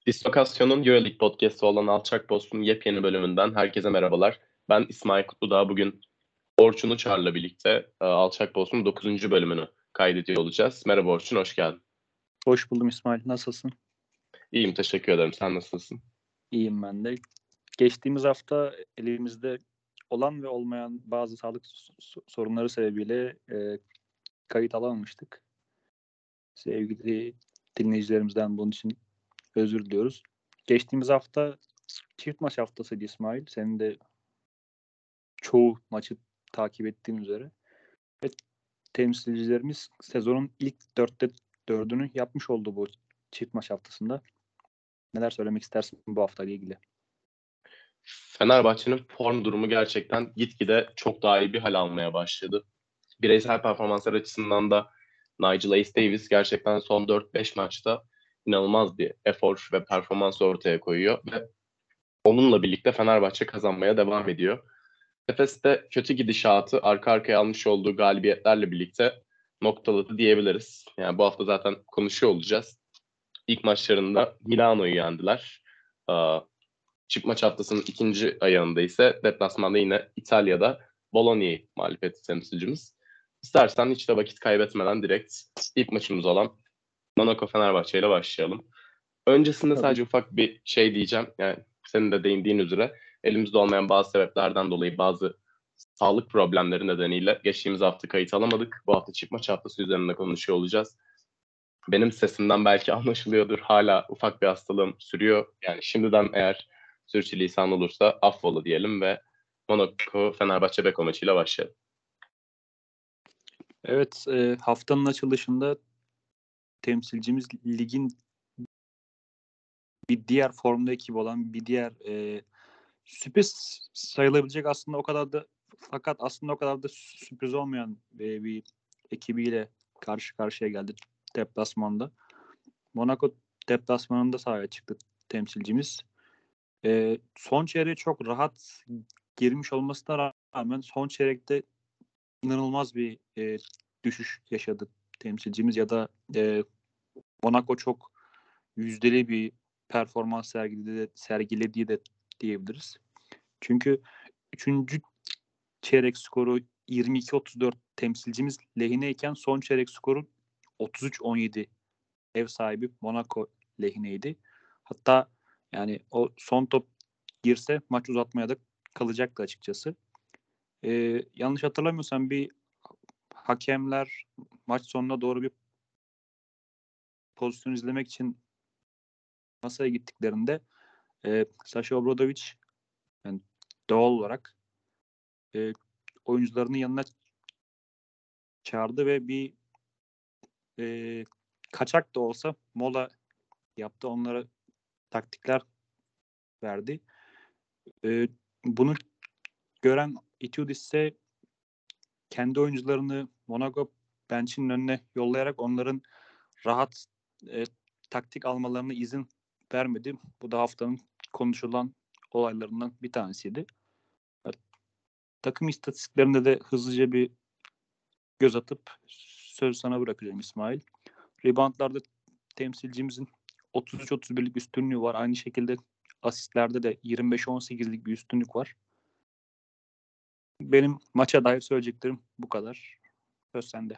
Dislokasyon'un Euroleague podcast'ı olan Alçak Post'un yepyeni bölümünden herkese merhabalar. Ben İsmail Kutludağ. Bugün Orçun Uçar'la birlikte Alçak Post'un 9. bölümünü kaydediyor olacağız. Merhaba Orçun, hoş geldin. Hoş buldum İsmail. Nasılsın? İyiyim, teşekkür ederim. Sen nasılsın? İyiyim ben de. Geçtiğimiz hafta elimizde olan ve olmayan bazı sağlık sorunları sebebiyle kayıt alamamıştık. Sevgili dinleyicilerimizden bunun için özür diliyoruz. Geçtiğimiz hafta çift maç haftasıydı İsmail. Senin de çoğu maçı takip ettiğin üzere. Ve temsilcilerimiz sezonun ilk 4'ünü yapmış oldu bu çift maç haftasında. Neler söylemek istersin bu haftayla ilgili? Fenerbahçe'nin form durumu gerçekten gitgide çok daha iyi bir hal almaya başladı. Bireysel performanslar açısından da Nigel Ace-Davis gerçekten son 4-5 maçta inanılmaz bir efor ve performans ortaya koyuyor ve onunla birlikte Fenerbahçe kazanmaya devam ediyor. Efes'te kötü gidişatı arka arkaya almış olduğu galibiyetlerle birlikte noktaladı diyebiliriz. Yani bu hafta zaten konuşuyor olacağız. İlk maçlarında Milano'yu yendiler. Çift maç haftasının ikinci ayağında ise deplasmanda yine İtalya'da Bologna'yı mağlup etti temsilcimiz. İstersen hiç de vakit kaybetmeden direkt ilk maçımız olan Monaco Fenerbahçe ile başlayalım. Öncesinde Tabii. sadece ufak bir şey diyeceğim. Yani senin de değindiğin üzere elimizde olmayan bazı sebeplerden dolayı bazı sağlık problemleri nedeniyle geçtiğimiz hafta kayıt alamadık. Bu hafta çift maç haftası üzerinde konuşuyor olacağız. Benim sesimden belki anlaşılıyordur. Hala ufak bir hastalığım sürüyor. Yani şimdiden eğer sürçülisan olursa affola diyelim ve Monaco Fenerbahçe Beko maçıyla başlayalım. Evet, haftanın açılışında temsilcimiz ligin bir diğer formda ekibi olan bir diğer sürpriz sayılabilecek aslında o kadar da fakat aslında o kadar da sürpriz olmayan bir ekibiyle karşı karşıya geldi deplasmanda. Monaco deplasmanında sahaya çıktı temsilcimiz. Son çeyreğe çok rahat girmiş olmasına rağmen son çeyrekte inanılmaz bir düşüş yaşadı temsilcimiz ya da Monaco çok yüzdeli bir performans sergilediği de diyebiliriz. Çünkü 3. çeyrek skoru 22-34 temsilcimiz lehineyken son çeyrek skoru 33-17 ev sahibi Monaco lehineydi. Hatta yani o son top girse maç uzatmaya da kalacaktı açıkçası. Yanlış hatırlamıyorsam bir hakemler maç sonuna doğru bir pozisyon izlemek için masaya gittiklerinde Sasha Obradovic yani doğal olarak oyuncularının yanına çağırdı ve bir kaçak da olsa mola yaptı. Onlara taktikler verdi. Bunu gören Itoudis ise kendi oyuncularını Monaco bench'in önüne yollayarak onların rahat taktik almalarına izin vermedi. Bu da haftanın konuşulan olaylarından bir tanesiydi. Takım istatistiklerinde de hızlıca bir göz atıp söz sana bırakacağım İsmail. Reboundlarda temsilcimizin 33-31'lik üstünlüğü var. Aynı şekilde asistlerde de 25-18'lik bir üstünlük var. Benim maça dair söyleyeceklerim bu kadar. Söz sende.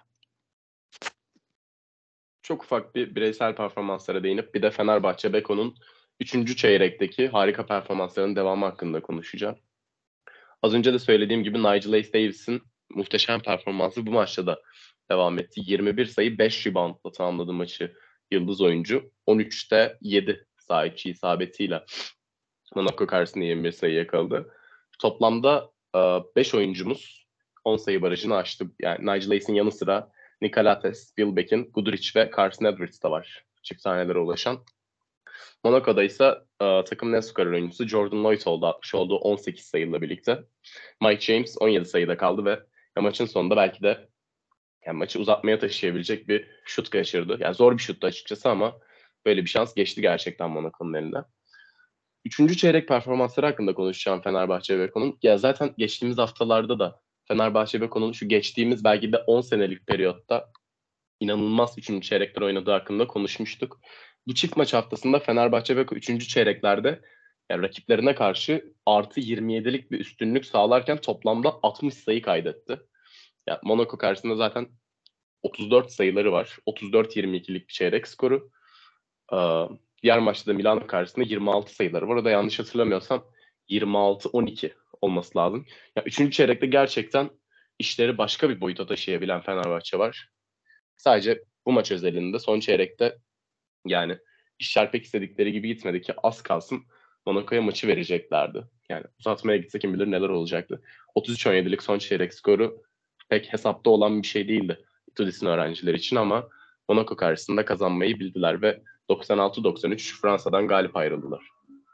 Çok ufak bir bireysel performanslara değinip bir de Fenerbahçe Beko'nun 3. çeyrekteki harika performanslarının devamı hakkında konuşacağım. Az önce de söylediğim gibi Nigel Ace-Davis'in muhteşem performansı bu maçta da devam etti. 21 sayı 5 reboundla tamamladı maçı yıldız oyuncu. 13'te 7 saha içi isabetiyle Monaco karşısında 21 sayı yakaladı. Toplamda 5 oyuncumuz 10 sayı barajını aştı. Yani Nigel Ace'in yanı sıra Nikolates, Will Beck'in, Goodrich ve Carson Edwards da var çift tanelere ulaşan. Monaco'da ise takımın en skorer oyuncusu Jordan Lloyd oldu, atmış olduğu 18 sayıyla birlikte. Mike James 17 sayıda kaldı ve maçın sonunda belki de yani maçı uzatmaya taşıyabilecek bir şut kaçırdı. Yani zor bir şuttu açıkçası ama böyle bir şans geçti gerçekten Monaco'nun elinden. 3. çeyrek performansları hakkında konuşacağım Fenerbahçe ve Beko'nun. Ya zaten geçtiğimiz haftalarda da Fenerbahçe ve Beko'nun şu geçtiğimiz belki de 10 senelik periyotta inanılmaz 3. çeyrekler oynadığı hakkında konuşmuştuk. Bu çift maç haftasında Fenerbahçe Beko 3. çeyreklerde yani rakiplerine karşı artı 27'lik bir üstünlük sağlarken toplamda 60 sayı kaydetti. Yani Monaco karşısında zaten 34 sayıları var. 34-22'lik bir çeyrek skoru. Ee, Diğer maçta da Milano karşısında 26 sayıları var. O da yanlış hatırlamıyorsam 26-12 olması lazım. Yani 3. çeyrekte gerçekten işleri başka bir boyuta taşıyabilen Fenerbahçe var. Sadece bu maç özelinde son çeyrekte yani işler pek istedikleri gibi gitmedi ki az kalsın Monaco'ya maçı vereceklerdi. Yani uzatmaya gitse kim bilir neler olacaktı. 33-17'lik son çeyrek skoru pek hesapta olan bir şey değildi Itudis'in öğrencileri için ama Monaco karşısında kazanmayı bildiler ve 96-93 Fransa'dan galip ayrıldılar.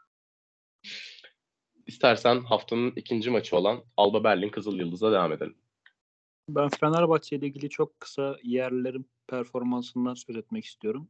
İstersen haftanın ikinci maçı olan Alba Berlin Kızıl Yıldız'a devam edelim. Ben Fenerbahçe ile ilgili çok kısa yerlilerin performansından söz etmek istiyorum.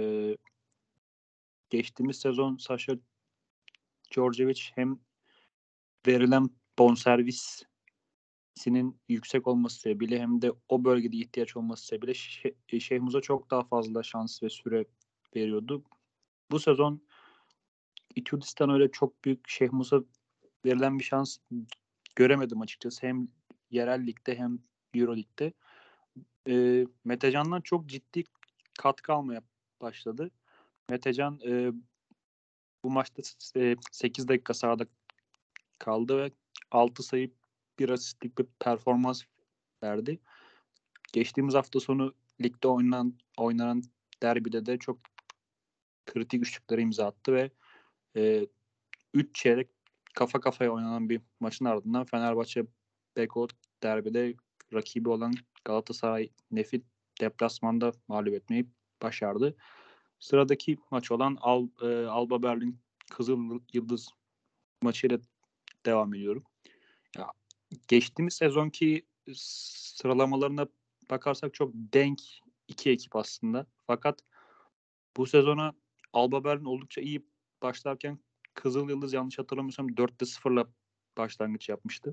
Geçtiğimiz sezon Saša Djordjevic hem verilen bonservisinin yüksek olması sebebiyle hem de o bölgede ihtiyaç olması sebebiyle Şehmuz'a çok daha fazla şans ve süre veriyordu. Bu sezon Itudis'ten öyle çok büyük Şehmuz'a verilen bir şans göremedim açıkçası. Hem yerel ligde hem Euro Lig'de. Metecan'dan çok ciddi katkı almaya başladı. Metecan bu maçta 8 dakika sahada kaldı ve 6 sayı 1 asistlik bir performans verdi. Geçtiğimiz hafta sonu ligde oynanan derbide de çok kritik üçlükleri imza attı ve 3 çeyrek kafa kafaya oynanan bir maçın ardından Fenerbahçe Beko derbide rakibi olan Galatasaray Nef'i deplasmanda mağlup etmeyi başardı. Sıradaki maç olan Alba Berlin Kızıl Yıldız maçıyla devam ediyorum. Ya, geçtiğimiz sezonki sıralamalarına bakarsak çok denk iki ekip aslında. Fakat bu sezona Alba Berlin oldukça iyi başlarken Kızıl Yıldız yanlış hatırlamıyorsam 4'te 0'la başlangıç yapmıştı.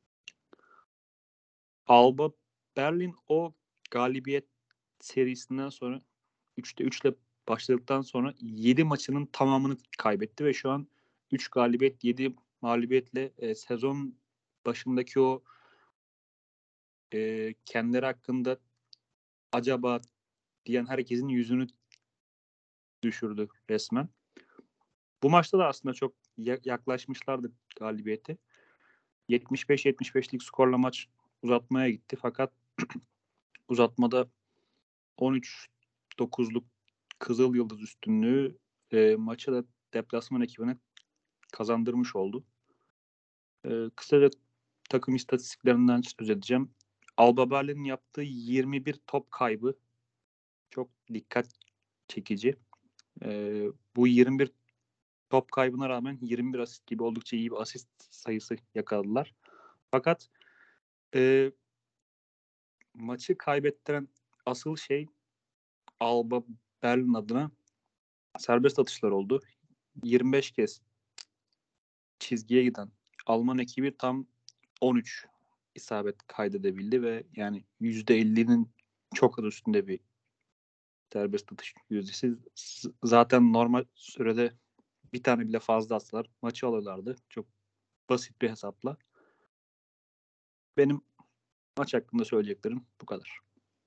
Alba Berlin o galibiyet serisinden sonra 3'te 3 ile başladıktan sonra 7 maçının tamamını kaybetti ve şu an 3 galibiyet 7 mağlubiyetle sezon başındaki o kendileri hakkında acaba diyen herkesin yüzünü düşürdü resmen. Bu maçta da aslında çok yaklaşmışlardı galibiyete. 75-75'lik skorla maç uzatmaya gitti. Fakat uzatmada 13-9'luk Kızıl Yıldız üstünlüğü maçı da deplasman ekibine kazandırmış oldu. Kısaca takım istatistiklerinden söz edeceğim. Alba Berlin'in yaptığı 21 top kaybı çok dikkat çekici. Bu 21 top kaybına rağmen 21 asist gibi oldukça iyi bir asist sayısı yakaladılar. Fakat maçı kaybettiren asıl şey Alba Berlin adına serbest atışlar oldu. 25 kez çizgiye giden Alman ekibi tam 13 isabet kaydedebildi ve yani %50'nin çok az üstünde bir serbest atış yüzdesi. Zaten normal sürede bir tane bile fazla atsalar maçı alırlardı. Çok basit bir hesapla. Benim maç hakkında söyleyeceklerim bu kadar.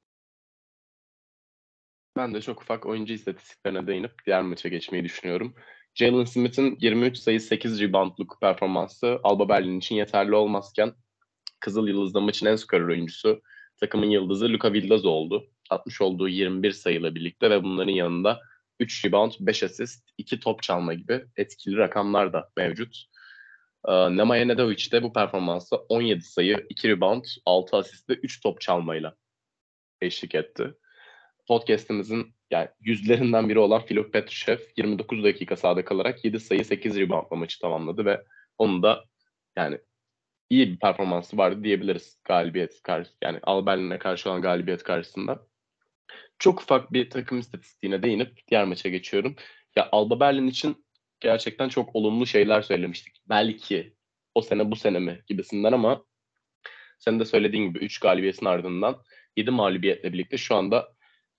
Ben de çok ufak oyuncu istatistiklerine değinip diğer maça geçmeyi düşünüyorum. Jalen Smith'in 23 sayı 8 reboundluk performansı Alba Berlin için yeterli olmazken Kızıl Yıldız'da maçın en skorer oyuncusu takımın yıldızı Luka Vildoza oldu. Atmış olduğu 21 sayıyla birlikte ve bunların yanında 3 rebound, 5 asist, 2 top çalma gibi etkili rakamlar da mevcut. Nemanja Nedovic de bu performansa 17 sayı, 2 rebound, 6 asist ve 3 top çalmayla eşlik etti. Podcast'imizin yani yüzlerinden biri olan Filip Petrushev 29 dakika sahada kalarak 7 sayı 8 reboundla maçı tamamladı ve onun da yani iyi bir performansı vardı diyebiliriz galibiyet karşı yani Alba Berlin'e karşı olan galibiyet karşısında. Çok ufak bir takım istatistiğine değinip diğer maça geçiyorum. Ya Alba Berlin için gerçekten çok olumlu şeyler söylemiştik. Belki o sene bu sene mi gibisinden ama senin de söylediğin gibi 3 galibiyetin ardından 7 mağlubiyetle birlikte şu anda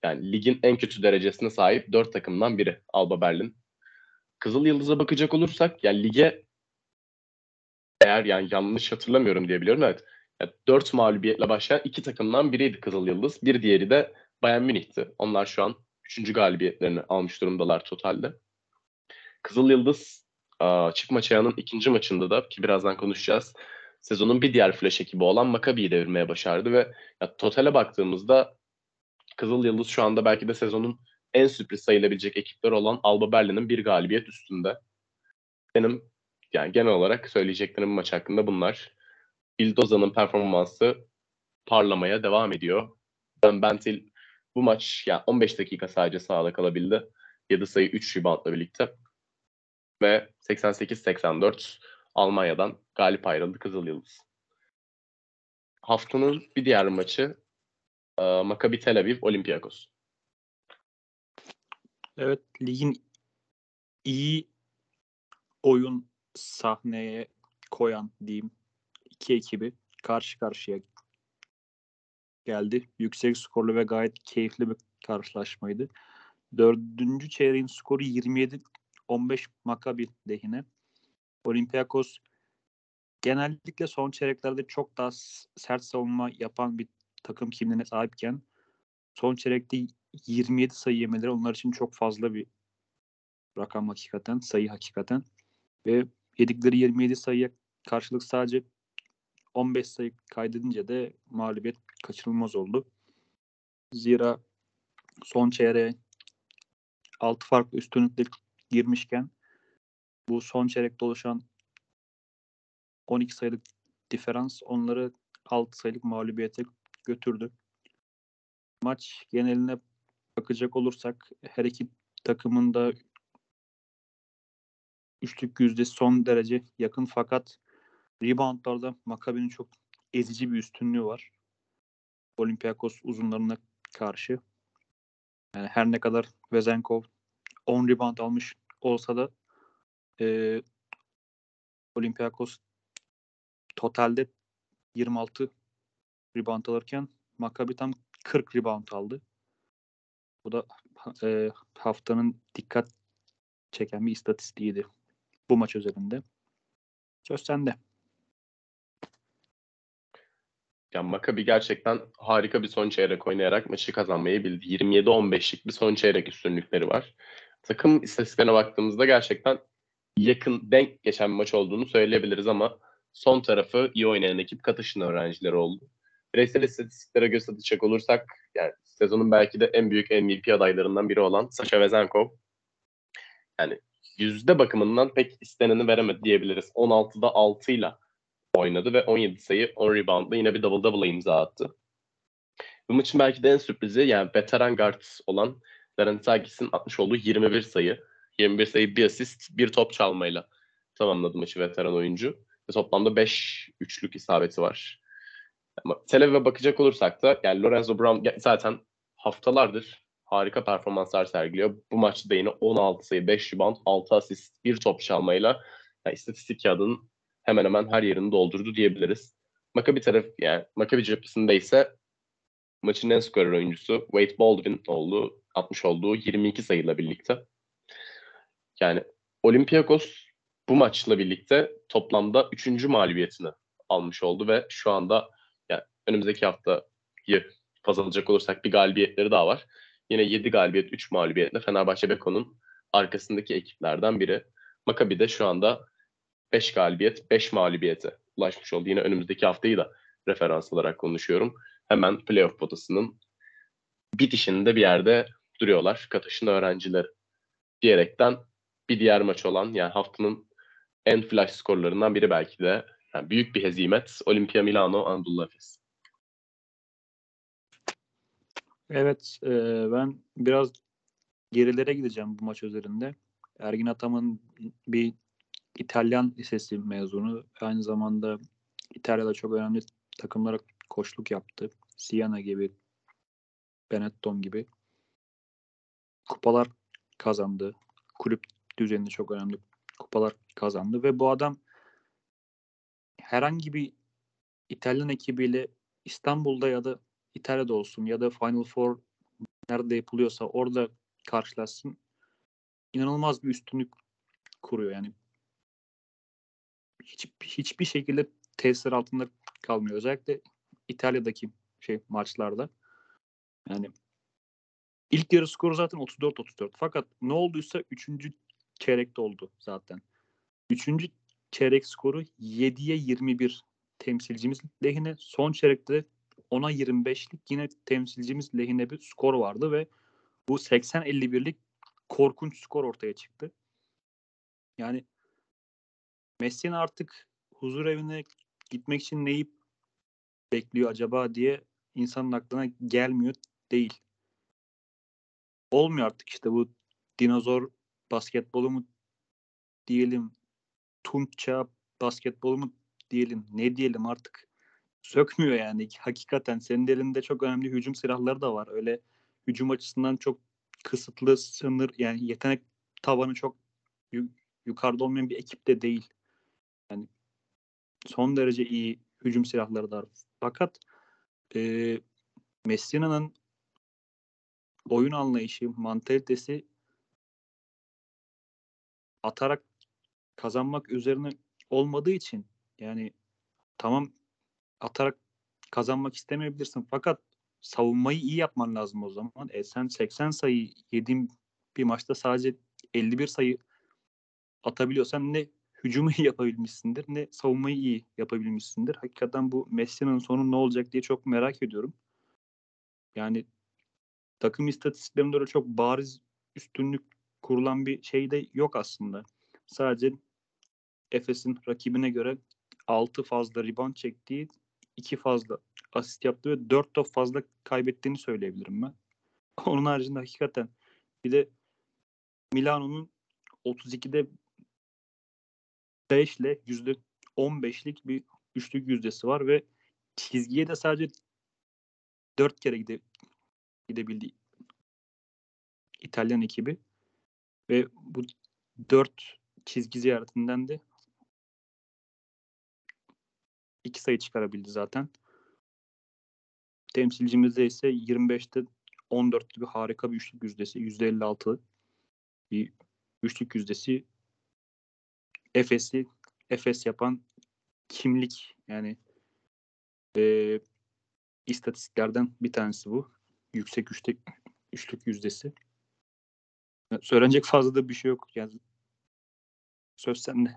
Yani ligin en kötü derecesine sahip 4 takımdan biri Alba Berlin. Kızıl Yıldız'a bakacak olursak yani lige, eğer yani yanlış hatırlamıyorum diye biliyorum, evet. Yani 4 mağlubiyetle başlayan 2 takımdan biriydi Kızıl Yıldız. Bir diğeri de Bayern Münih'ti. Onlar şu an 3. galibiyetlerini almış durumdalar totalde. Kızıl Yıldız çıkma çayağının ikinci maçında da, ki birazdan konuşacağız, sezonun bir diğer flash ekibi olan Maccabi'yi devirmeye başardı ve ya, totale baktığımızda Kızıl Yıldız şu anda belki de sezonun en sürpriz sayılabilecek ekipleri olan Alba Berlin'in bir galibiyet üstünde. Benim yani genel olarak söyleyeceklerim maç hakkında bunlar. Bildoza'nın performansı parlamaya devam ediyor. Bentil bu maç yani 15 dakika sadece sahada kalabildi. 7 sayı 3 reboundla birlikte. Ve 88-84 Almanya'dan galip ayrıldı Kızıl Yıldız. Haftanın bir diğer maçı Maccabi Tel Aviv Olympiakos. Evet, ligin iyi oyun sahneye koyan diyeyim iki ekibi karşı karşıya geldi. Yüksek skorlu ve gayet keyifli bir karşılaşmaydı. Dördüncü çeyreğin skoru 27-15 Maccabi lehine. Olympiakos genellikle son çeyreklerde çok daha sert savunma yapan bir takım kimliğine sahipken son çeyrekte 27 sayı yemeleri onlar için çok fazla bir rakam hakikaten, sayı hakikaten. Ve yedikleri 27 sayıya karşılık sadece 15 sayı kaydedince de mağlubiyet kaçınılmaz oldu. Zira son çeyreğe 6 farklı üstünlükle girmişken bu son çeyrekte oluşan 12 sayılık diferans onları 6 sayılık mağlubiyete götürdü. Maç geneline bakacak olursak her iki takımın da üçlük yüzdesi son derece yakın, fakat reboundlarda Maccabi'nin çok ezici bir üstünlüğü var Olympiakos uzunlarına karşı. Yani her ne kadar Vezenkov 10 rebound almış olsa da e, Olympiakos totalde 26 rebound alırken Maccabi tam 40 rebound aldı. Bu da haftanın dikkat çeken bir istatistiğiydi bu maç özelinde. Söz sende. Yani Maccabi gerçekten harika bir son çeyrek oynayarak maçı kazanmayı bildi. 27-15'lik bir son çeyrek üstünlükleri var. Takım istatistiklerine baktığımızda gerçekten yakın, denk geçen bir maç olduğunu söyleyebiliriz ama son tarafı iyi oynayan ekip Katış'ın öğrencileri oldu. Bireysel istatistiklere göz atacak olursak yani sezonun belki de en büyük MVP adaylarından biri olan Sasha Vezenkov yani yüzde bakımından pek isteneni veremedi diyebiliriz. 16'da 6 ile oynadı ve 17 sayı 10 reboundla yine bir double double'a imza attı. Bu maçın belki de en sürprizi yani veteran guard olan Darren Sagis'in atmış olduğu 21 sayı. 21 sayı, bir asist, bir top çalmayla tamamladı maçı veteran oyuncu. Ve toplamda 5 üçlük isabeti var. Ama Tel Aviv'e bakacak olursak da yani Lorenzo Brown zaten haftalardır harika performanslar sergiliyor. Bu maçta da yine 16 sayı, 5 rebound, 6 asist, bir top çalmayla yani istatistik kağıdının hemen hemen her yerini doldurdu diyebiliriz. Maccabi taraf yani Maccabi cephesinde ise maçın en skorer oyuncusu Wade Baldwin atmış olduğu 22 sayıyla birlikte. Yani Olympiakos bu maçla birlikte toplamda 3. mağlubiyetini almış oldu ve şu anda yani önümüzdeki haftayı baz alacak olursak bir galibiyetleri daha var. Yine 7 galibiyet, 3 mağlubiyetle Fenerbahçe Beko'nun arkasındaki ekiplerden biri. Maccabi de şu anda 5 galibiyet, 5 mağlubiyete ulaşmış oldu. Yine önümüzdeki haftayı da referans olarak konuşuyorum. Hemen playoff potasının bitişinde bir yerde duruyorlar Katış'ın öğrencileri diyerekten bir diğer maç olan yani haftanın en flash skorlarından biri belki de yani büyük bir hezimet Olimpia Milano Anadolu Efes. Evet, ben biraz gerilere gideceğim bu maç üzerinde. Ergin Ataman bir İtalyan lisesi mezunu. Aynı zamanda İtalya'da çok önemli takımlara koçluk yaptı. Siena gibi, Benetton gibi. Kupalar kazandı. Kulüp düzeyinde çok önemli kupalar kazandı ve bu adam herhangi bir İtalyan ekibiyle İstanbul'da ya da İtalya'da olsun ya da Final Four nerede yapılıyorsa orada karşılaşsın. İnanılmaz bir üstünlük kuruyor yani. Hiçbir şekilde tesir altında kalmıyor. Özellikle İtalya'daki maçlarda. Yani ilk yarı skoru zaten 34-34. Fakat ne olduysa 3. çeyrekte oldu zaten. 3. çeyrek skoru 7'ye 21 temsilcimiz lehine. Son çeyrekte 10'a 25'lik yine temsilcimiz lehine bir skor vardı ve bu 80-51'lik korkunç skor ortaya çıktı. Yani Messi'nin artık huzur evine gitmek için neyi bekliyor acaba diye insanın aklına gelmiyor değil. Olmuyor artık işte bu dinozor basketbolu mu diyelim, tunç çağı basketbolu mu diyelim, ne diyelim artık. Sökmüyor yani. Hakikaten senin elinde çok önemli hücum silahları da var. Öyle hücum açısından çok kısıtlı, sınır yani yetenek tavanı çok yukarıda olmayan bir ekip de değil. Yani son derece iyi hücum silahları da var. Fakat Messina'nın oyun anlayışı, mantalitesi atarak kazanmak üzerine olmadığı için yani tamam atarak kazanmak istemeyebilirsin fakat savunmayı iyi yapman lazım o zaman. Sen 80 sayı yediğin bir maçta sadece 51 sayı atabiliyorsan ne hücumu iyi yapabilmişsindir ne savunmayı iyi yapabilmişsindir. Hakikaten bu Messi'nin sonu ne olacak diye çok merak ediyorum. Yani takım istatistiklerinde öyle çok bariz üstünlük kurulan bir şey de yok aslında. Sadece Efes'in rakibine göre 6 fazla rebound çektiği, 2 fazla asist yaptığı ve 4 top fazla kaybettiğini söyleyebilirim ben. Onun haricinde hakikaten bir de Milano'nun 32'de 5 ile %15'lik bir üçlük yüzdesi var ve çizgiye de sadece 4 kere gidebildi İtalyan ekibi ve bu 4 çizgi ziyaretinden de 2 sayı çıkarabildi zaten. Temsilcimizde ise 25'te 14 gibi harika bir üçlük yüzdesi. %56 bir üçlük yüzdesi. Efes yapan kimlik yani istatistiklerden bir tanesi bu. Yüksek üçlük yüzdesi. Söylenecek fazla da bir şey yok. Yani söz sende.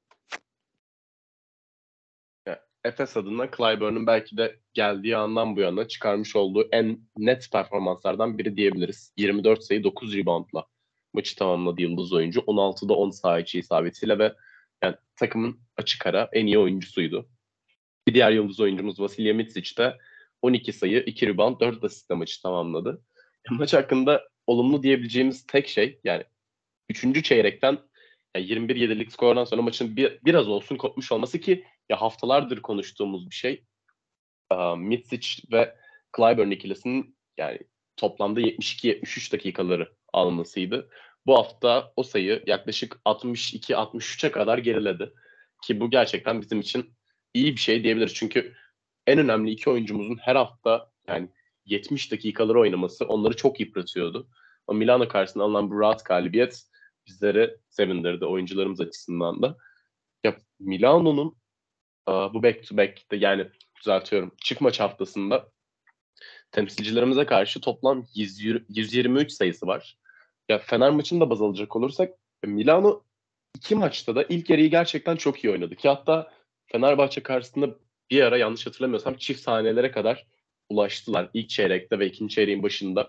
Efes adına Clyburn'un belki de geldiği andan bu yana çıkarmış olduğu en net performanslardan biri diyebiliriz. 24 sayı 9 reboundla maçı tamamladı yıldız oyuncu. 16'da 10 saha içi isabetiyle ve yani takımın açık ara en iyi oyuncusuydu. Bir diğer yıldız oyuncumuz Vasilya Mitsic de 12 sayı, 2 rebound, 4 asistle maçı tamamladı. Maç hakkında olumlu diyebileceğimiz tek şey yani 3. çeyrekten yani 21-7'lik skordan sonra maçın biraz olsun kopmuş olması ki ya haftalardır konuştuğumuz bir şey. Mitsic ve Clyburn ikilisinin yani toplamda 72-73 dakikaları almasıydı. Bu hafta o sayı yaklaşık 62-63'e kadar geriledi. Ki bu gerçekten bizim için iyi bir şey diyebiliriz. Çünkü en önemli iki oyuncumuzun her hafta yani 70 dakikaları oynaması onları çok yıpratıyordu. Ama Milano karşısında alınan bu rahat galibiyet bizleri sevindirdi oyuncularımız açısından da. Ya Milano'nun bu back to back'te yani düzeltiyorum çift maç haftasında temsilcilerimize karşı toplam 123 sayısı var. Ya Fener maçını da baz alacak olursak Milano iki maçta da ilk yarıyı gerçekten çok iyi oynadı. Ki hatta Fenerbahçe karşısında bir ara yanlış hatırlamıyorsam çift hanelere kadar ulaştılar. İlk çeyrekte ve ikinci çeyreğin başında.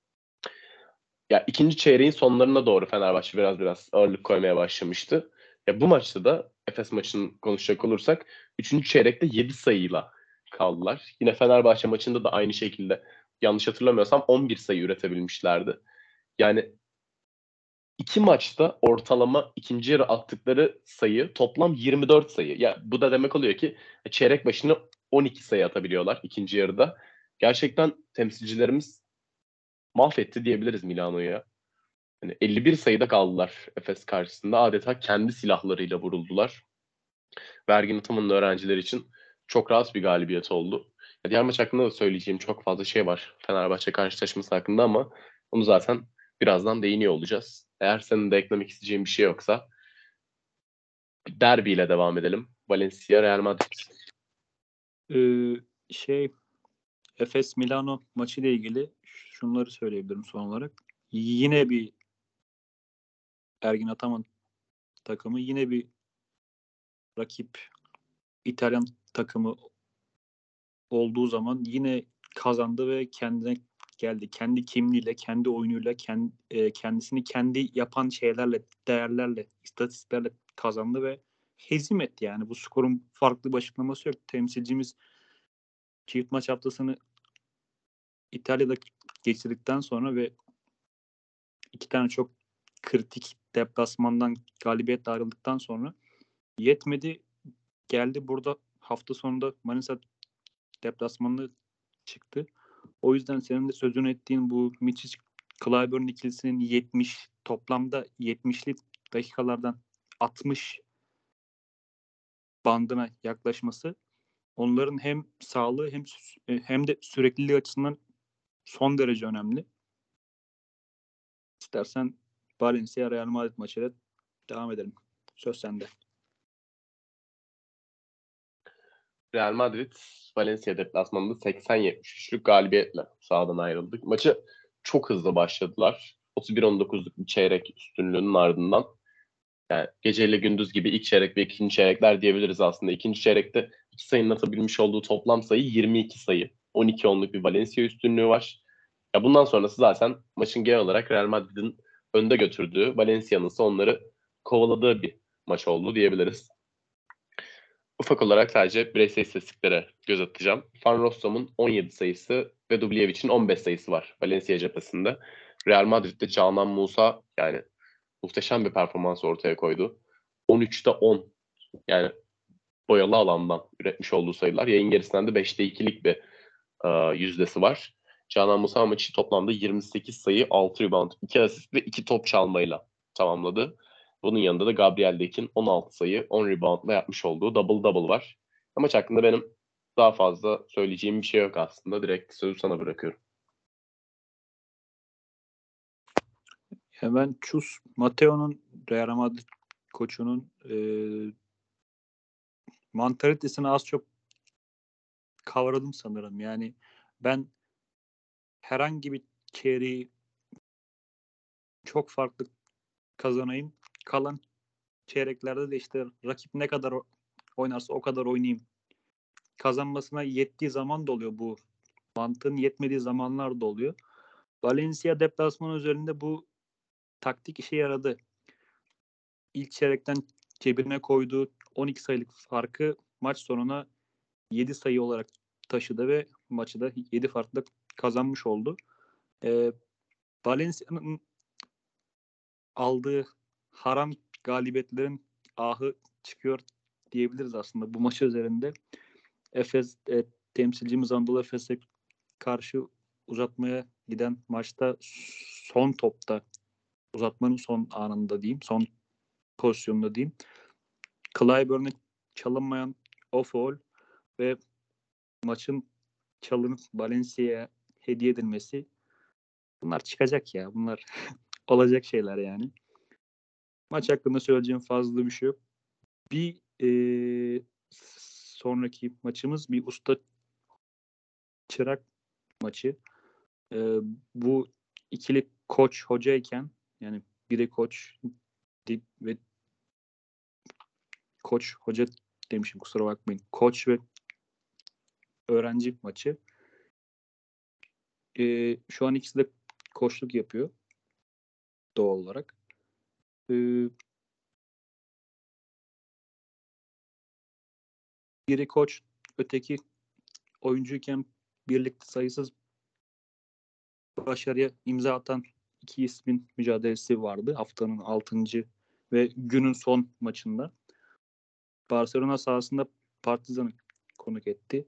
Ya ikinci çeyreğin sonlarına doğru Fenerbahçe biraz ağırlık koymaya başlamıştı. Ya bu maçta da Efes maçını konuşacak olursak 3. çeyrekte 7 sayıyla kaldılar. Yine Fenerbahçe maçında da aynı şekilde yanlış hatırlamıyorsam 11 sayı üretebilmişlerdi. Yani iki maçta ortalama ikinci yarı attıkları sayı toplam 24 sayı. Ya bu da demek oluyor ki çeyrek başına 12 sayı atabiliyorlar ikinci yarıda. Gerçekten temsilcilerimiz mahvetti diyebiliriz Milano'ya. Yani 51 sayıda kaldılar Efes karşısında. Adeta kendi silahlarıyla vuruldular. Vergin Ataman'ın öğrencileri için çok rahat bir galibiyet oldu. Diğer maç hakkında da söyleyeceğim çok fazla şey var Fenerbahçe karşılaşması hakkında ama onu zaten birazdan değiniyor olacağız. Eğer senin de eklemek isteyeceğin bir şey yoksa derbiyle devam edelim. Valencia Real Madrid. Ee, şey Efes Milano maçı ile ilgili şunları söyleyebilirim son olarak. Yine bir Ergin Ataman takımı, yine bir rakip İtalyan takımı olduğu zaman yine kazandı ve kendine geldi. Kendi kimliğiyle, kendi oyunuyla, kendisini kendi yapan şeylerle, değerlerle, istatistiklerle kazandı ve hezim etti yani. Bu skorun farklı bir açıklaması yok. Temsilcimiz çift maç haftasını İtalya'da geçirdikten sonra ve iki tane çok kritik deplasmandan galibiyetle ayrıldıktan sonra yetmedi. Geldi burada hafta sonunda Manisa deplasmanına çıktı. O yüzden senin de sözünü ettiğin bu Mičić Clyburn ikilisinin toplamda 70'li dakikalardan 60 bandına yaklaşması onların hem sağlığı hem de sürekliliği açısından son derece önemli. İstersen Valencia Real Madrid maçıyla devam edelim. Söz sende. Real Madrid Valencia deplasmanında 80-73'lük galibiyetle sahadan ayrıldık. Maçı çok hızlı başladılar. 31-19'luk bir çeyrek üstünlüğünün ardından yani geceyle gündüz gibi ilk çeyrek ve ikinci çeyrekler diyebiliriz aslında. İkinci çeyrekte iki sayının atabilmiş olduğu toplam sayı 22 sayı. 12-10'luk bir Valencia üstünlüğü var. Ya bundan sonrası zaten maçın genel olarak Real Madrid'in önde götürdüğü, Valencia'nın ise onları kovaladığı bir maç oldu diyebiliriz. Ufak olarak sadece bireysel istatistiklere göz atacağım. Van Rossum'un 17 sayısı ve Dubljevic'in 15 sayısı var Valencia cephesinde. Real Madrid'de Canan Musa yani muhteşem bir performans ortaya koydu. 13'te 10 yani boyalı alandan üretmiş olduğu sayılar. Yayın gerisinden de 5'te 2'lik bir yüzdesi var. Canan Musa maçı toplamda 28 sayı, 6 rebound, 2 asist ve 2 top çalmayla tamamladı. Bunun yanında da Gabriel Deck'in 16 sayı, 10 reboundla yapmış olduğu double double var. Maç hakkında benim daha fazla söyleyeceğim bir şey yok aslında. Direkt sözü sana bırakıyorum. Hemen Chus Mateo'nun Real Madrid koçunun mantalitesini az çok kavradım sanırım. Yani ben herhangi bir çeyreği çok farklı kazanayım. Kalan çeyreklerde de işte rakip ne kadar oynarsa o kadar oynayayım. Kazanmasına yettiği zaman da oluyor bu. Mantığın yetmediği zamanlar da oluyor. Valencia deplasmanı üzerinde bu taktik işe yaradı. İlk çeyrekten cebine koyduğu 12 sayılık farkı maç sonuna 7 sayı olarak taşıdı ve maçı da 7 farklı kazanmış oldu. Valencia'nın aldığı haram galibiyetlerin ahı çıkıyor diyebiliriz aslında bu maç üzerinde. Efes temsilcimiz Anadolu Efes'e karşı uzatmaya giden maçta son topta, uzatmanın son anında diyeyim, son pozisyonunda diyeyim, Clyburn'e çalınmayan o foul ve maçın çalınıp Valencia'ya hediye edilmesi, bunlar çıkacak ya. Bunlar olacak şeyler yani. Maç hakkında söyleyeceğim fazla bir şey yok. Bir sonraki maçımız bir usta çırak maçı. Bu ikili koç hocayken, yani biri koç ve koç hoca demişim, kusura bakmayın. Koç ve öğrenci maçı. Şu an ikisi de koçluk yapıyor doğal olarak. Biri koç, öteki oyuncuyken birlikte sayısız başarıya imza atan iki ismin mücadelesi vardı haftanın 6. ve günün son maçında. Barcelona sahasında Partizan'ı konuk etti.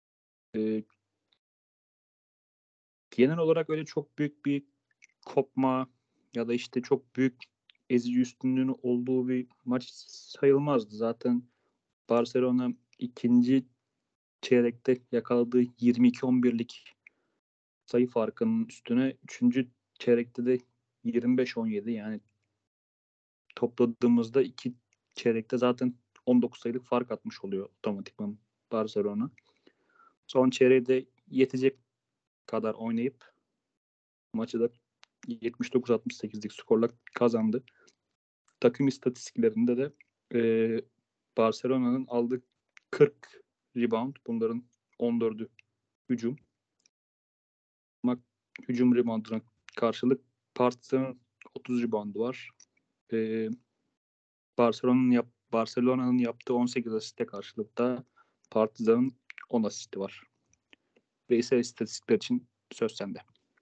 Genel olarak öyle çok büyük bir kopma ya da işte çok büyük ezici üstünlüğünün olduğu bir maç sayılmazdı. Zaten Barcelona ikinci çeyrekte yakaladığı 22-11'lik sayı farkının üstüne 3. çeyrekte de 25-17, yani topladığımızda 2 çeyrekte zaten 19 sayılık fark atmış oluyor otomatikman Barcelona. Son çeyreğe de yetecek kadar oynayıp maçı da 79-68'lik skorla kazandı. Takım istatistiklerinde de Barcelona'nın aldığı 40 rebound, bunların 14'ü hücum. Ama hücum rebounduna karşılık Partizan'ın 30 reboundu var. Barcelona'nın yaptığı 18 asiste karşılık da Partizan'ın 10 asisti var. Veysel istatistikler için söz sende.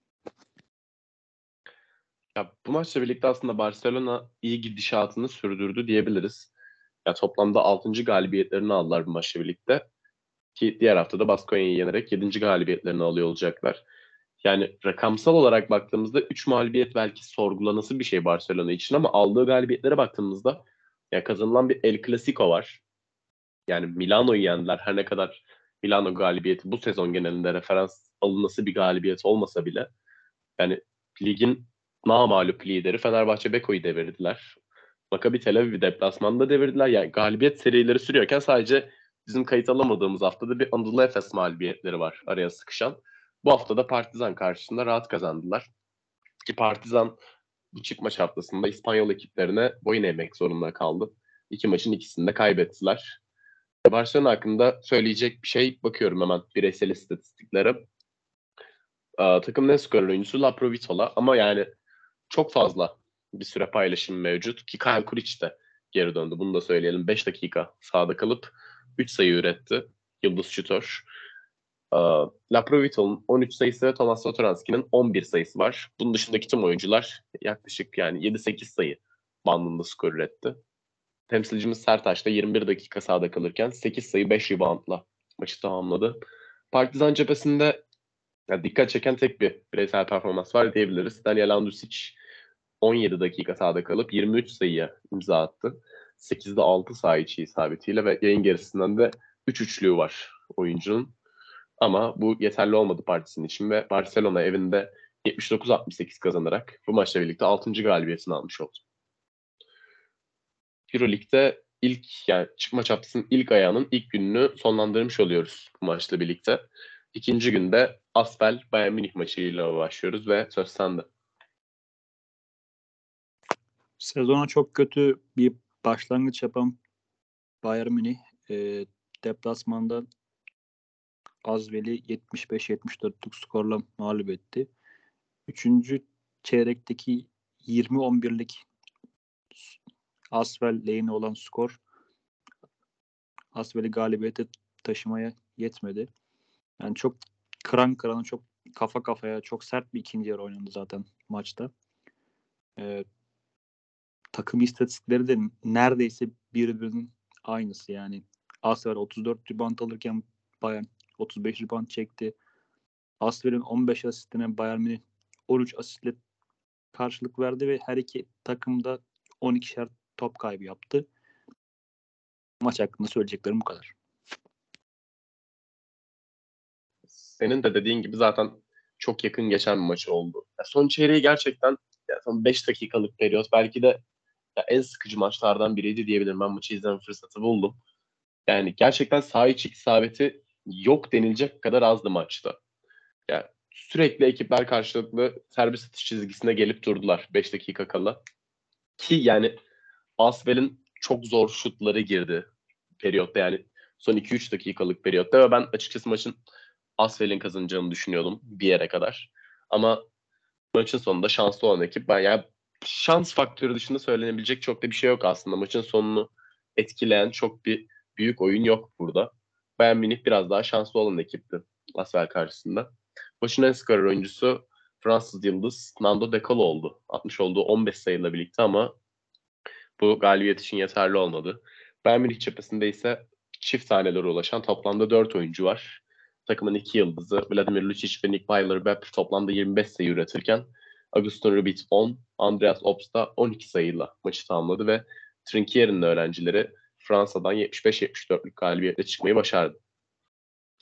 Ya bu maçla birlikte aslında Barcelona iyi gidişatını sürdürdü diyebiliriz. Ya toplamda 6. galibiyetlerini aldılar bu maçla birlikte. Ki diğer hafta da Baskonya'yı yenerek 7. galibiyetlerini alıyor olacaklar. Yani rakamsal olarak baktığımızda 3 mağlubiyet belki sorgulanası bir şey Barcelona için ama aldığı galibiyetlere baktığımızda ya kazanılan bir El Clasico var. Yani Milano'yu yendiler. Her ne kadar Milano galibiyeti bu sezon genelinde referans alınması bir galibiyet olmasa bile yani ligin namağlup lideri Fenerbahçe Beko'yu devirdiler. Maccabi Tel Aviv'i deplasmanda devirdiler. Yani galibiyet serileri sürüyorken sadece bizim kayıt alamadığımız haftada bir Anadolu Efes mağlubiyetleri var araya sıkışan. Bu hafta da Partizan karşısında rahat kazandılar. Ki Partizan bu çift maç haftasında İspanyol ekiplerine boyun eğmek zorunda kaldı. İki maçın ikisini de kaybettiler. Barcelona hakkında söyleyecek bir şey bakıyorum hemen bireysel istatistiklere. Takımın en skor oyuncusu Laprovitola ama yani çok fazla bir süre paylaşım mevcut ki Kyle Kuric de geri döndü. Bunu da söyleyelim. 5 dakika sahada kalıp 3 sayı üretti. Yıldız şutör. Laprovitola'nın 13 sayısı ve Thomas Satoranski'nin 11 sayısı var. Bunun dışındaki tüm oyuncular yaklaşık yani 7-8 sayı bandında skor üretti. Temsilcimiz Sertaç da 21 dakika sahada kalırken 8 sayı 5 reboundla maçı tamamladı. Partizan cephesinde dikkat çeken tek bir bireysel performans var diyebiliriz. Daniel Andrusic 17 dakika sahada kalıp 23 sayıya imza attı. 8'de 6 sayı içi isabetiyle ve yayın gerisinden de 3 üçlüğü var oyuncunun. Ama bu yeterli olmadı Partizan için ve Barcelona evinde 79-68 kazanarak bu maçla birlikte 6. galibiyetini almış oldu. Euroleague'de yani çıkma haftasının ilk ayağının ilk gününü sonlandırmış oluyoruz bu maçla birlikte. İkinci günde Asvel Bayern Münih maçıyla başlıyoruz ve söz sende. Sezona çok kötü bir başlangıç yapan Bayern Münih deplasmanda Asvel'i 75-74'lük skorla mağlup etti. Üçüncü çeyrekteki 20-11'lik Asvel lehine olan skor Asvel'i galibiyete taşımaya yetmedi. Yani çok kıran kırana, çok kafa kafaya, çok sert bir ikinci yarı oynandı zaten maçta. Takım istatistikleri de neredeyse birbirinin aynısı yani. Asvel 34 rebound alırken Bayern 35 rebound çekti. Asvel'in 15 asistine Bayern Münih 13 asistle karşılık verdi ve her iki takım da 12'şer top kaybı yaptı. Maç hakkında söyleyeceklerim bu kadar. Senin de dediğin gibi zaten çok yakın geçen bir maç oldu. Son çeyreği gerçekten son 5 dakikalık periyot belki de en sıkıcı maçlardan biriydi diyebilirim. Ben maçı izleme fırsatı buldum. Yani gerçekten saha içi isabeti yok denilecek kadar azdı maçta. Yani sürekli ekipler karşılıklı serbest atış çizgisine gelip durdular 5 dakika kala. Ki yani Asvel'in çok zor şutları girdi periyotta yani son 2-3 dakikalık periyotta ve ben açıkçası maçın Asvel'in kazanacağını düşünüyordum bir yere kadar. Ama maçın sonunda şanslı olan ekip yani şans faktörü dışında söylenebilecek çok da bir şey yok aslında. Maçın sonunu etkileyen çok bir büyük oyun yok burada. Bayern Münih biraz daha şanslı olan ekipti Asvel karşısında. Maçın en skorer oyuncusu Fransız yıldız Nando De Colo oldu. Atmış olduğu 15 sayıyla birlikte ama bu galibiyet için yeterli olmadı. Bayern Münih cephesinde ise çift tanelere ulaşan toplamda 4 oyuncu var. Takımın 2 yıldızı Vladimir Lucic ve Nick Weiler-Bepp toplamda 25 sayı üretirken Augustin Rubit 10, Andreas Obst da 12 sayıyla maçı tamamladı ve Trinkier'in öğrencileri Fransa'dan 75-74'lük galibiyetle çıkmayı başardı.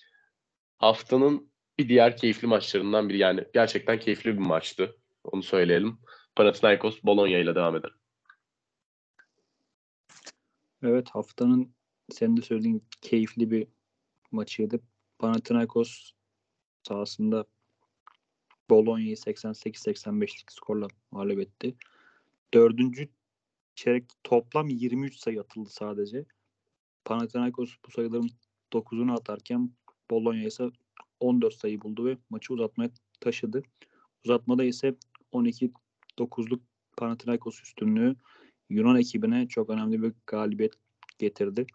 haftanın bir diğer keyifli maçlarından biri. Yani gerçekten keyifli bir maçtı. Onu söyleyelim. Panathinaikos Bologna ile devam edelim. Evet, haftanın senin de söylediğin keyifli bir maçıydı. Panathinaikos sahasında Bologna'yı 88-85'lik skorla mağlup etti. Dördüncü çeyrek toplam 23 sayı atıldı sadece. Panathinaikos bu sayıların 9'unu atarken Bologna ise 14 sayı buldu ve maçı uzatmaya taşıdı. Uzatmada ise 12-9'luk Panathinaikos üstünlüğü Yunan ekibine çok önemli bir galibiyet getirdi.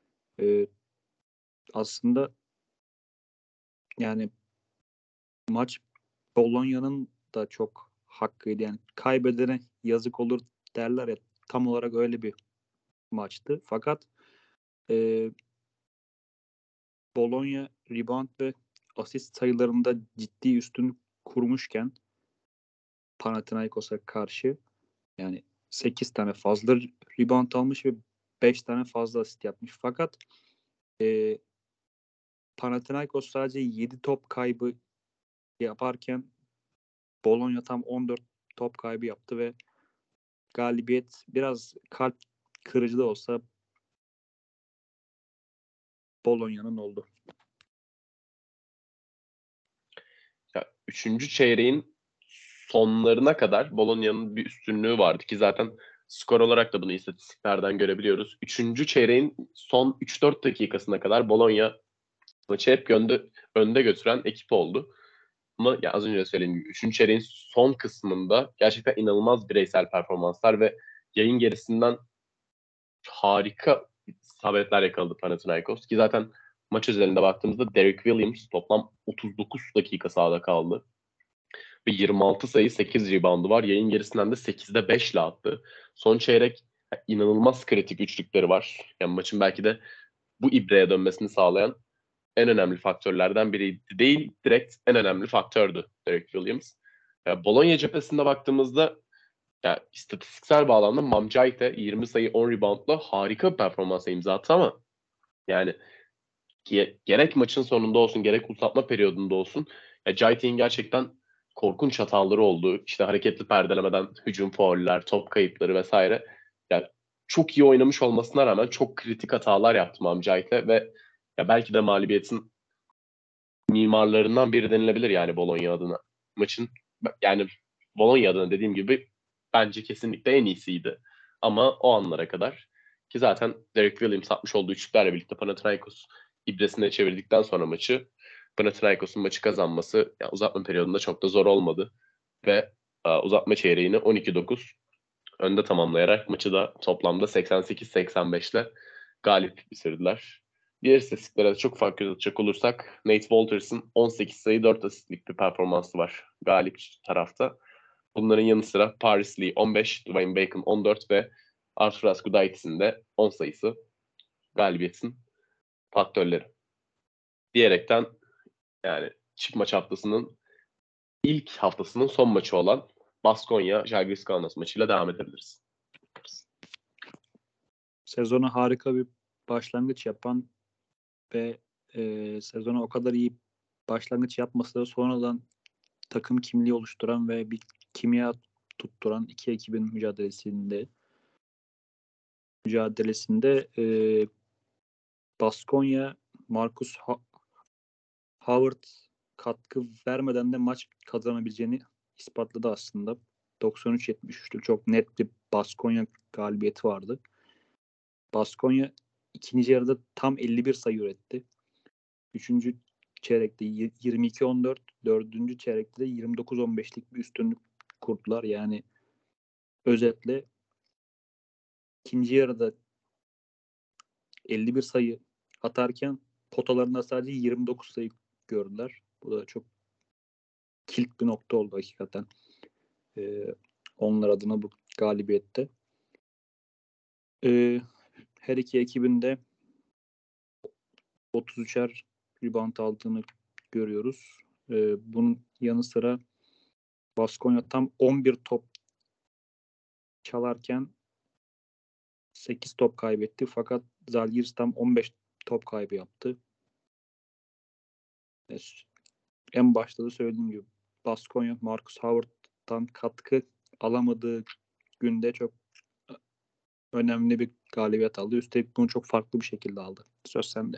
Aslında yani maç Bologna'nın da çok hakkıydı. Yani kaybedene yazık olur derler ya, tam olarak öyle bir maçtı. Fakat e, Bologna rebound ve asist sayılarında ciddi üstünlük kurmuşken Panathinaikos'a karşı yani 8 tane fazla rebound almış ve 5 tane fazla asist yapmış. Fakat e, Panathinaikos sadece 7 top kaybı yaparken Bologna tam 14 top kaybı yaptı ve galibiyet biraz kalp kırıcı da olsa Bologna'nın oldu. Ya, üçüncü çeyreğin sonlarına kadar Bologna'nın bir üstünlüğü vardı ki zaten skor olarak da bunu istatistiklerden görebiliyoruz. Üçüncü çeyreğin son 3-4 dakikasına kadar Bologna maçı hep önde götüren ekip oldu. Ama ya az önce de söylediğim gibi 3. çeyreğin son kısmında gerçekten inanılmaz bireysel performanslar ve yayın gerisinden harika isabetler yakaladı Panathinaikos. Ki zaten maç özelinde baktığımızda Derek Williams toplam 39 dakika sahada kaldı. Ve 26 sayı 8 reboundu var. Yayın gerisinden de 8'de 5 ile attı. Son çeyrek inanılmaz kritik üçlükleri var. Yani maçın belki de bu ibreye dönmesini sağlayan en önemli faktörlerden biriydi. Değil, direkt en önemli faktördü Derek Williams. Ya Bologna cephesinde baktığımızda ya istatistiksel bağlamda Mamcaite 20 sayı 10 reboundla harika bir performansa imza attı ama yani gerek maçın sonunda olsun gerek uzatma periyodunda olsun ya Caite'in gerçekten korkunç hataları oldu. İşte hareketli perdelemeden hücum fauller, top kayıpları vesaire. Yani çok iyi oynamış olmasına rağmen çok kritik hatalar yaptı Mamcaite ve ya belki de mağlubiyetin mimarlarından biri denilebilir yani Bologna adına. Maçın yani Bologna adına dediğim gibi bence kesinlikle en iyisiydi. Ama o anlara kadar ki zaten Derek Williams atmış olduğu üçlüklerle birlikte Panathinaikos ibresine çevirdikten sonra maçı Panathinaikos'un maçı kazanması yani uzatma periyodunda çok da zor olmadı. Ve uzatma çeyreğini 12-9 önde tamamlayarak maçı da toplamda 88-85 ile galip bitirdiler. Diğer istatistiklere de çok fark yaratacak olursak Nate Walters'ın 18 sayı 4 asistlik bir performansı var galip tarafta. Bunların yanı sıra Paris Lee 15, Dwayne Bacon 14 ve Arturas Gudaitis'in de 10 sayısı galibiyetin faktörleri. Diyerekten yani çift maç haftasının ilk haftasının son maçı olan Baskonya Žalgiris Kaunas maçıyla devam edebiliriz. Sezona harika bir başlangıç yapan ve sezona o kadar iyi başlangıç yapması da sonradan takım kimliği oluşturan ve bir kimya tutturan iki ekibin mücadelesinde Baskonya Marcus Howard katkı vermeden de maç kazanabileceğini ispatladı aslında. 93-73'lük çok net bir Baskonya galibiyeti vardı. Baskonya ikinci yarıda tam 51 sayı üretti. Üçüncü çeyrekte 22-14, dördüncü çeyrekte de 29-15'lik bir üstünlük kurdular. Yani özetle ikinci yarıda 51 sayı atarken potalarında sadece 29 sayı gördüler. Bu da çok kilit bir nokta oldu hakikaten. Onlar adına bu galibiyette. Her iki ekibin de 33'er rebound aldığını görüyoruz. Bunun yanı sıra Baskonya tam 11 top çalarken 8 top kaybetti. Fakat Zalgiris tam 15 top kaybı yaptı. En başta da söylediğim gibi Baskonya Marcus Howard'dan katkı alamadığı günde çok önemli bir galibiyet aldı. Üstelik bunu çok farklı bir şekilde aldı. Söz sende.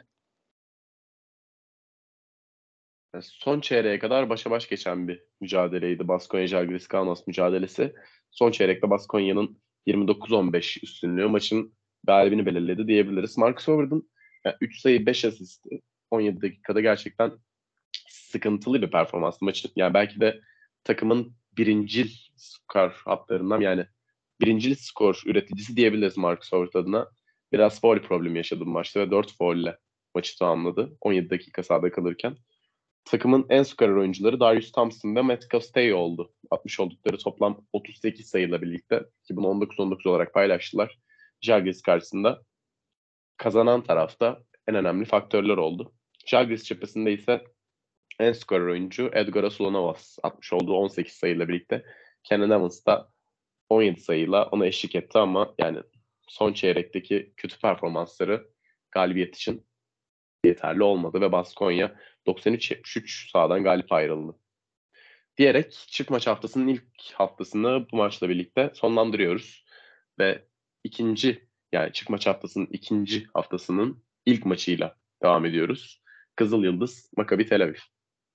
Yani son çeyreğe kadar başa baş geçen bir mücadeleydi Baskonya Žalgiris Kaunas mücadelesi. Son çeyrekte Baskonya'nın 29-15 üstünlüğü maçın galibini belirledi diyebiliriz. Marcus Howard'ın 3 sayı 5 asisti 17 dakikada gerçekten sıkıntılı bir performans maçı. Yani belki de takımın birincil skor hatlarından, yani birincil skor üreticisi diyebiliriz Marcus Howard adına. Biraz foul problemi yaşadı bu maçta ve 4 foul ile maçı tamamladı 17 dakika sahada kalırken. Takımın en skorer oyuncuları Darius Thompson ve Matt Costello oldu. Atmış oldukları toplam 38 sayıyla birlikte ki bunu 19-19 olarak paylaştılar. Žalgiris karşısında kazanan tarafta en önemli faktörler oldu. Žalgiris cephesinde ise en skorer oyuncu Edgaras Ulanovas atmış olduğu 18 sayıyla birlikte. Kenan Evans da 17 sayıyla ona eşlik etti ama yani son çeyrekteki kötü performansları galibiyet için yeterli olmadı ve Baskonya 93-73 sahadan galip ayrıldı. Diyerek çift maç haftasının ilk haftasını bu maçla birlikte sonlandırıyoruz. Ve çift maç haftasının ikinci haftasının ilk maçıyla devam ediyoruz. Kızıl Yıldız Maccabi Tel Aviv.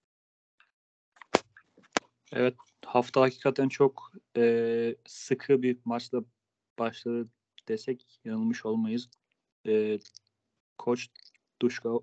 Evet, hafta hakikaten çok sıkı bir maçla başladı desek yanılmış olmayız. Koç Duško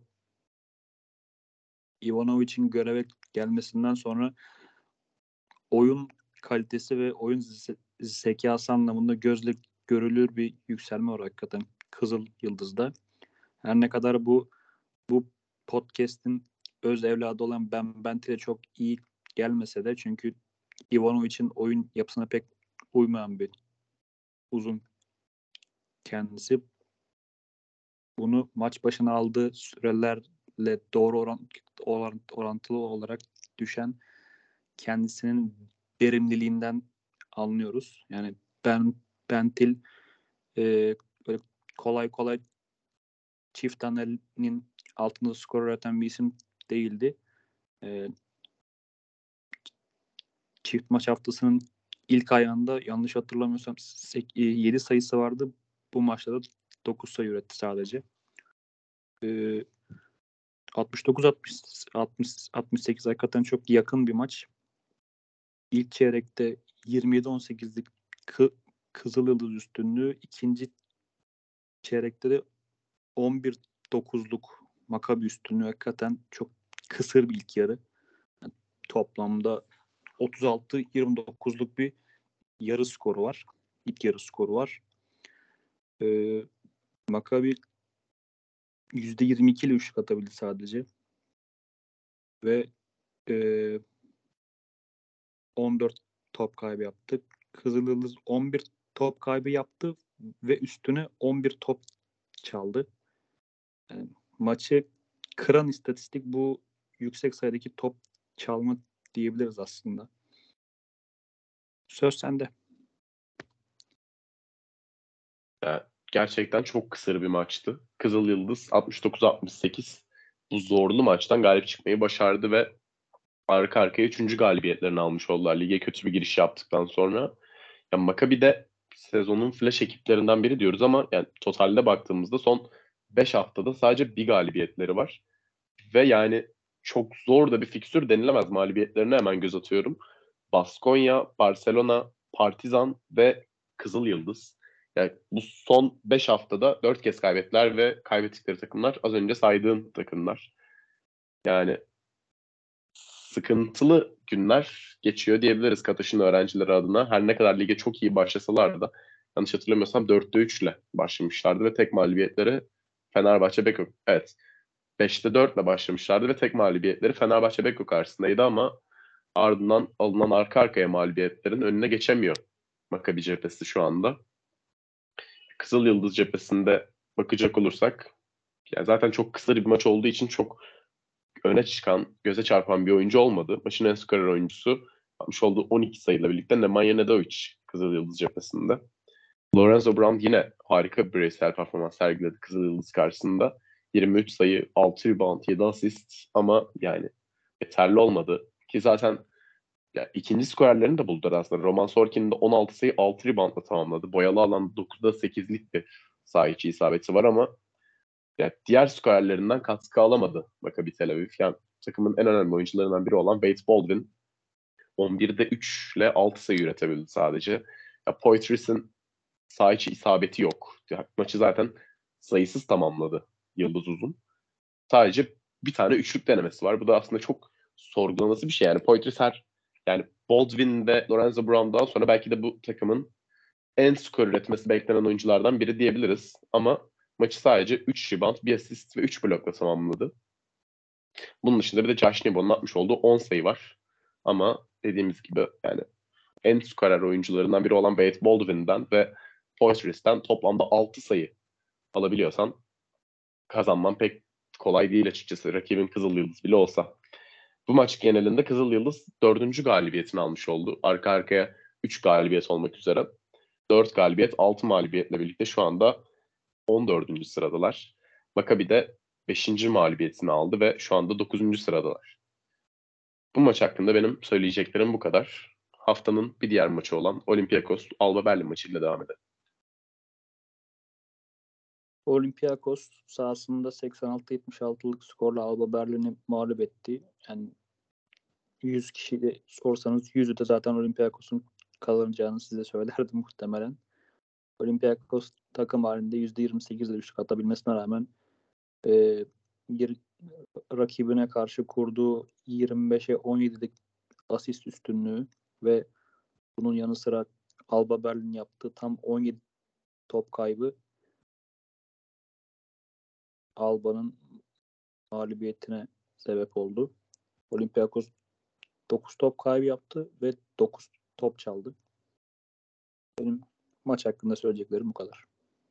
Ivanovic'in göreve gelmesinden sonra oyun kalitesi ve oyun zekası anlamında gözle görülür bir yükselme var hakikaten Kızıl Yıldız'da. Her ne kadar bu podcast'in öz evladı olan Ben Bentil'e çok iyi gelmese de, çünkü Ivanovic'in oyun yapısına pek uymayan bir uzun kendisi. Bunu maç başına aldığı sürelerle doğru orantılı olarak düşen kendisinin verimliliğinden anlıyoruz. Yani Bentil böyle kolay kolay çift tanelinin altında skor üreten bir isim değildi. Çift maç haftasının ilk ayağında yanlış hatırlamıyorsam 7 sayısı vardı. Bu maçta da 9 sayı üretti sadece. 69-68 hakikaten çok yakın bir maç. İlk çeyrekte 27-18'lik Kızıl Yıldız üstünlüğü, ikinci çeyrekte de 11-9'luk Maccabi üstünlüğü, hakikaten çok kısır bir ilk yarı. Yani toplamda 36-29'luk bir yarı skoru var. İlk yarı skoru var. Maccabi %22 ile üçlük atabildi sadece. Ve 14 top kaybı yaptı. Kızıl Yıldız 11 top kaybı yaptı ve üstüne 11 top çaldı. Yani maçı kıran istatistik bu yüksek sayıdaki top çalma diyebiliriz aslında. Söz sende. Yani gerçekten çok kısır bir maçtı. Kızıl Yıldız 69-68 bu zorlu maçtan galip çıkmayı başardı ve arka arkaya 3. galibiyetlerini almış oldular. Lige kötü bir giriş yaptıktan sonra. Yani Maccabi de sezonun flash ekiplerinden biri diyoruz ama yani totalde baktığımızda son 5 haftada sadece bir galibiyetleri var. Ve yani çok zor da bir fikstür denilemez. Mağlubiyetlerine hemen göz atıyorum. Baskonya, Barcelona, Partizan ve Kızıl Yıldız. Yani bu son 5 haftada 4 kez kaybettiler ve kaybettikleri takımlar az önce saydığım takımlar. Yani sıkıntılı günler geçiyor diyebiliriz Kataş'ın öğrencileri adına. Her ne kadar lige çok iyi başlasalar da yanlış hatırlamıyorsam 4'te 3 ile başlamışlardı ve tek mağlubiyetleri Fenerbahçe Beko. Evet. 5'te 4 ile başlamışlardı ve tek mağlubiyetleri Fenerbahçe Beko karşısındaydı ama ardından alınan arka arkaya mağlubiyetlerin önüne geçemiyor Maccabi cephesi şu anda. Kızıl Yıldız cephesinde bakacak olursak yani zaten çok kısa bir maç olduğu için çok öne çıkan, göze çarpan bir oyuncu olmadı. Maçın en skorer oyuncusu almış olduğu 12 sayıyla birlikte Nemanja Nedovic Kızıl Yıldız cephesinde. Lorenzo Brown yine harika bir bireysel performans sergiledi Kızıl Yıldız karşısında. 23 sayı, 6 rebound, 7 asist ama yani yeterli olmadı. Ki zaten ya, ikinci skorerlerini de buldular aslında. Roman Sorkin'in de 16 sayı 6 reboundla tamamladı. Boyalı alan 9'da 8'lik bir saha içi isabeti var ama ya, diğer skorerlerinden katkı alamadı Maccabi Tel Aviv. Yani takımın en önemli oyuncularından biri olan Wade Baldwin 11'de 3 ile 6 sayı üretebildi sadece. Ya, Poitras'ın saha içi isabeti yok. Ya, maçı zaten sayısız tamamladı Yıldız Uzun. Sadece bir tane üçlük denemesi var. Bu da aslında çok sorgulaması bir şey. Yani Poitras yani Baldwin ve Lorenzo Brown'dan sonra belki de bu takımın en skor üretmesi beklenen oyunculardan biri diyebiliriz. Ama maçı sadece 3 rebound, 1 asist ve 3 blokla tamamladı. Bunun dışında bir de Josh Nibo'nun atmış olduğu 10 sayı var. Ama dediğimiz gibi yani en skorer oyuncularından biri olan Wade Baldwin'den ve Poitras'ten toplamda 6 sayı alabiliyorsan kazanman pek kolay değil açıkçası. Rakibin Kızıl Yıldız bile olsa. Bu maç genelinde Kızıl Yıldız 4. galibiyetini almış oldu. Arka arkaya 3 galibiyet olmak üzere. 4 galibiyet, 6 mağlubiyetle birlikte şu anda 14. sıradalar. Maccabi de 5. mağlubiyetini aldı ve şu anda 9. sıradalar. Bu maç hakkında benim söyleyeceklerim bu kadar. Haftanın bir diğer maçı olan Olympiakos Alba Berlin maçıyla devam edelim. Olympiakos sahasında 86-76'lık skorla Alba Berlin'i mağlup etti. Yani 100 kişiyle sorsanız 100'ü de zaten Olympiakos'un kazanacağını size söylerdi muhtemelen. Olympiakos takım halinde %28 ile üçlük atabilmesine rağmen rakibine karşı kurduğu 25'e 17'lik asist üstünlüğü ve bunun yanı sıra Alba Berlin yaptığı tam 17 top kaybı Alba'nın mağlubiyetine sebep oldu. Olympiakos 9 top kaybı yaptı ve 9 top çaldı. Benim maç hakkında söyleyeceklerim bu kadar.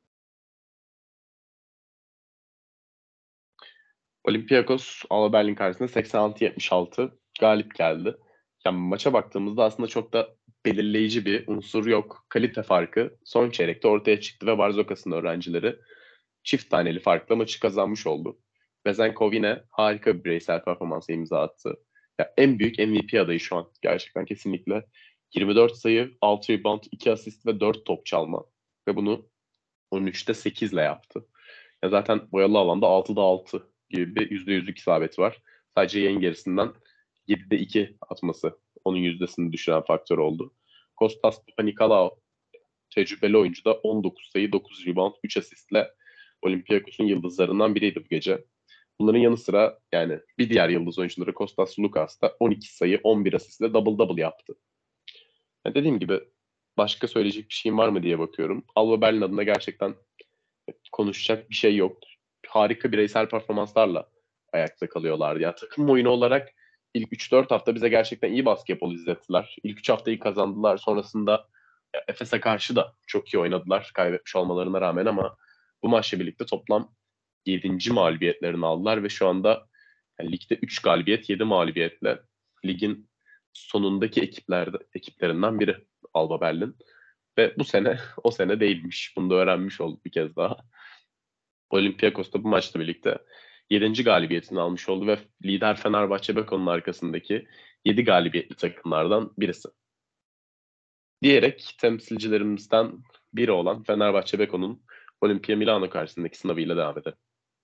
Olympiakos Alba Berlin karşısında 86-76 galip geldi. Yani maça baktığımızda aslında çok da belirleyici bir unsur yok. Kalite farkı son çeyrekte ortaya çıktı ve Barzokas'ın öğrencileri çift taneli farkla maçı kazanmış oldu. Bezenkov yine harika bir bireysel performansa imza attı. Ya, en büyük MVP adayı şu an gerçekten kesinlikle. 24 sayı, 6 rebound, 2 asist ve 4 top çalma. Ve bunu 13'te 8 ile yaptı. Ya zaten boyalı alanda 6'da 6 gibi bir %100'lük isabeti var. Sadece yayın gerisinden 7'de 2 atması onun yüzdesini düşüren faktör oldu. Kostas Papanikolaou tecrübeli oyuncu da 19 sayı, 9 rebound, 3 asistle Olympiakos'un yıldızlarından biriydi bu gece. Bunların yanı sıra yani bir diğer yıldız oyuncuları Kostas Lukas da 12 sayı, 11 asistle double double yaptı. Yani dediğim gibi başka söyleyecek bir şeyim var mı diye bakıyorum. Alba Berlin adına gerçekten konuşacak bir şey yok. Harika bireysel performanslarla ayakta kalıyorlardı. Yani takım oyunu olarak ilk 3-4 hafta bize gerçekten iyi basketbol izlettiler. İlk 3 haftayı kazandılar. Sonrasında Efes'e karşı da çok iyi oynadılar kaybetmiş olmalarına rağmen ama bu maçla birlikte toplam 7. mağlubiyetlerini aldılar ve şu anda yani ligde 3 galibiyet 7 mağlubiyetle ligin sonundaki ekiplerinden biri Alba Berlin. Ve bu sene o sene değilmiş. Bunu da öğrenmiş olduk bir kez daha. Olympiakos da bu maçla birlikte 7. galibiyetini almış oldu ve lider Fenerbahçe Beko'nun arkasındaki 7 galibiyetli takımlardan birisi. Diyerek temsilcilerimizden biri olan Fenerbahçe Beko'nun Olimpia Milano karşısındaki sınavıyla devam edelim.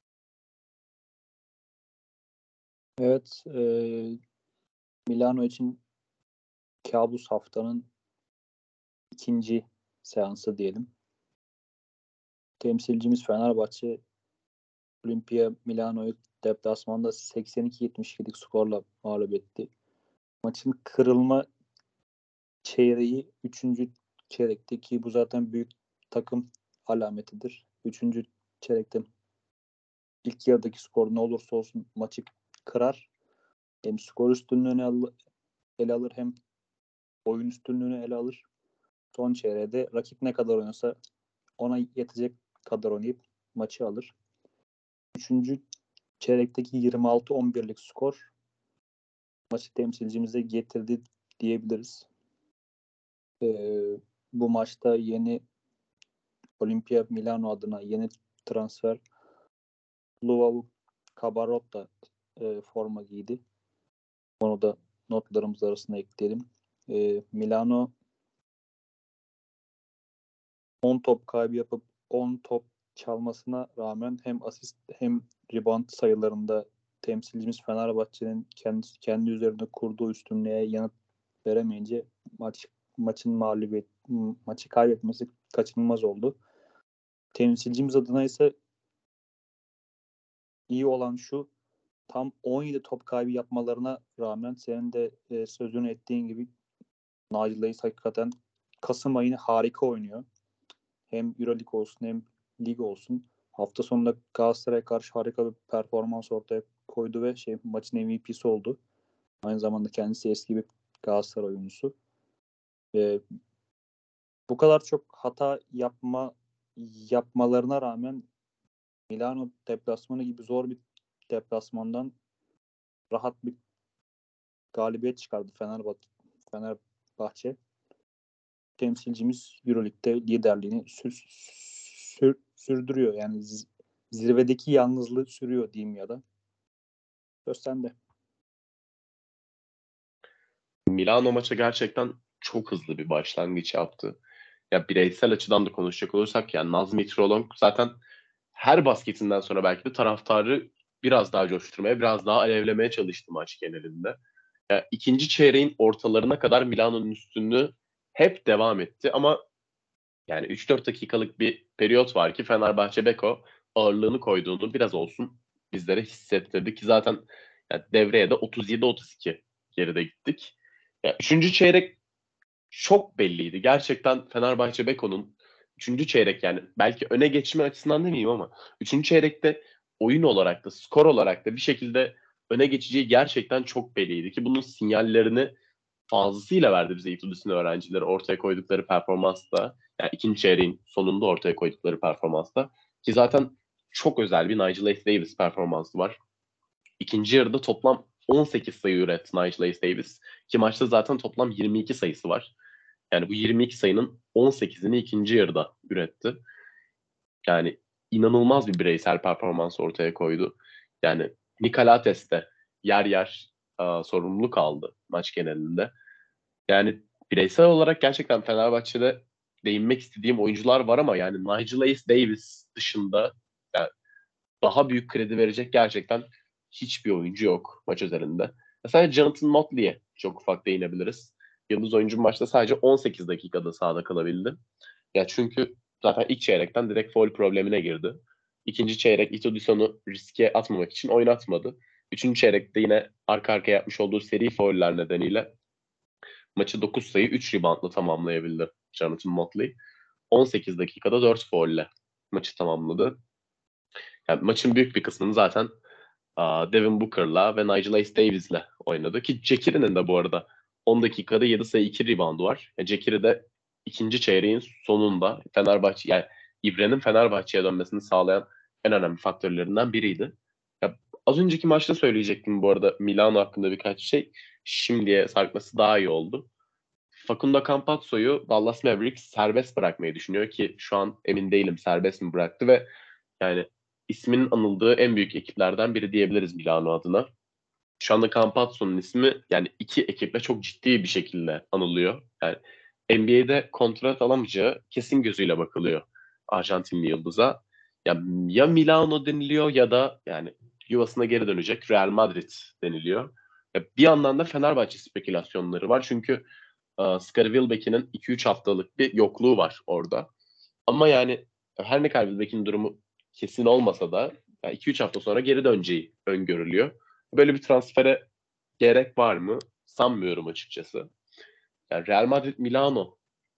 Evet, Milano için kabus haftanın ikinci seansı diyelim. Temsilcimiz Fenerbahçe Olimpia Milano'yu deplasmanda 82-72'lik skorla mağlup etti. Maçın kırılma çeyreği 3. çeyrekte ki bu zaten büyük takım alametidir. 3. çeyrekte ilk yarıdaki skor ne olursa olsun maçı kırar. Hem skor üstünlüğünü ele alır hem oyun üstünlüğünü ele alır. Son çeyreğde rakip ne kadar oynasa ona yetecek kadar oynayıp maçı alır. 3. çeyrekteki 26-11'lik skor maçı temsilcimize getirdi diyebiliriz. Bu maçta yeni Olimpia Milano adına yeni transfer Luau Cabarrot da forma giydi. Onu da notlarımız arasına ekleyelim. Milano 10 top kaybı yapıp 10 top çalmasına rağmen hem asist hem rebound sayılarında temsilcimiz Fenerbahçe'nin kendi üzerinde kurduğu üstünlüğe yanıt veremeyince maçı kaybetmesi kaçınılmaz oldu. Temsilcimiz adına ise iyi olan şu, tam 17 top kaybı yapmalarına rağmen senin de sözünü ettiğin gibi Nigel Hayes hakikaten Kasım ayını harika oynuyor. Hem EuroLeague olsun hem lig olsun. Hafta sonunda Galatasaray'a karşı harika bir performans ortaya koydu ve maçın MVP'si oldu. Aynı zamanda kendisi eski bir Galatasaray oyuncusu. Bu kadar çok hata yapmalarına rağmen Milano deplasmanı gibi zor bir deplasmandan rahat bir galibiyet çıkardı Fenerbahçe. Temsilcimiz EuroLeague'de liderliğini sürdürüyor. Yani zirvedeki yalnızlığı sürüyor diyeyim ya da. Söz sende. Milano maça gerçekten çok hızlı bir başlangıç yaptı. Ya bireysel açıdan da konuşacak olursak yani Naz Mitrolong zaten her basketinden sonra belki de taraftarı biraz daha coşturmaya, biraz daha alevlemeye çalıştı maç genelinde. Ya ikinci çeyreğin ortalarına kadar Milano'nun üstünlüğü hep devam etti ama yani 3-4 dakikalık bir periyot var ki Fenerbahçe Beko ağırlığını koyduğunu biraz olsun bizlere hissettirdi ki zaten yani devreye de 37-32 geride gittik. Ya üçüncü çeyrek çok belliydi. Gerçekten Fenerbahçe Beko'nun üçüncü çeyrek yani belki öne geçme açısından demeyeyim ama üçüncü çeyrekte oyun olarak da skor olarak da bir şekilde öne geçeceği gerçekten çok belliydi ki bunun sinyallerini fazlasıyla verdi bize İTÜ öğrencileri ortaya koydukları performansta. Yani ikinci çeyreğin sonunda ortaya koydukları performansta. Ki zaten çok özel bir Nigel Hayes Davis performansı var. İkinci yarıda toplam 18 sayı üretti Nigel Hayes Davis. Ki maçta zaten toplam 22 sayısı var. Yani bu 22 sayının 18'ini ikinci yarıda üretti. Yani inanılmaz bir bireysel performans ortaya koydu. Yani Nikolates de yer yer sorumluluk aldı maç genelinde. Yani bireysel olarak gerçekten Fenerbahçe'de değinmek istediğim oyuncular var ama yani Nigel Hayes Davis dışında yani daha büyük kredi verecek gerçekten hiçbir oyuncu yok maç üzerinde. Mesela Jonathan Motley'e çok ufak değinebiliriz. Yıldız oyuncu maçta sadece 18 dakikada sahada kalabildi. Ya çünkü zaten ilk çeyrekten direkt foul problemine girdi. İkinci çeyrek Ito Disson'u riske atmamak için oynatmadı. Üçüncü çeyrekte yine arka arkaya yapmış olduğu seri fauller nedeniyle maçı 9 sayı 3 reboundla tamamlayabildi Jonathan Motley. 18 dakikada 4 faulle maçı tamamladı. Yani maçın büyük bir kısmını zaten Devin Booker'la ve Nigel Hayes Davis'le oynadı. Ki Jekiri'nin de bu arada 10 dakikada 7 sayı 2 reboundu var. Jekiri de ikinci çeyreğin sonunda Fenerbahçe yani İbre'nin Fenerbahçe'ye dönmesini sağlayan en önemli faktörlerinden biriydi. Ya, az önceki maçta söyleyecektim bu arada Milano hakkında birkaç şey. Şimdiye sarkması daha iyi oldu. Facundo Campazzo'yu Dallas Mavericks serbest bırakmayı düşünüyor ki şu an emin değilim serbest mi bıraktı ve yani isminin anıldığı en büyük ekiplerden biri diyebiliriz Milano adına. Şu anda Campazzo'nun ismi yani iki ekiple çok ciddi bir şekilde anılıyor. Yani NBA'de kontrat alamayacağı kesin gözüyle bakılıyor Arjantinli yıldıza. Ya Milano deniliyor ya da yani yuvasına geri dönecek Real Madrid deniliyor. Ya bir yandan da Fenerbahçe spekülasyonları var. Çünkü Scottie Wilbeck'in 2-3 haftalık bir yokluğu var orada. Ama yani her ne kadar Wilbeck'in durumu kesin olmasa da yani 2-3 hafta sonra geri döneceği öngörülüyor. Böyle bir transfere gerek var mı? Sanmıyorum açıkçası. Yani Real Madrid, Milano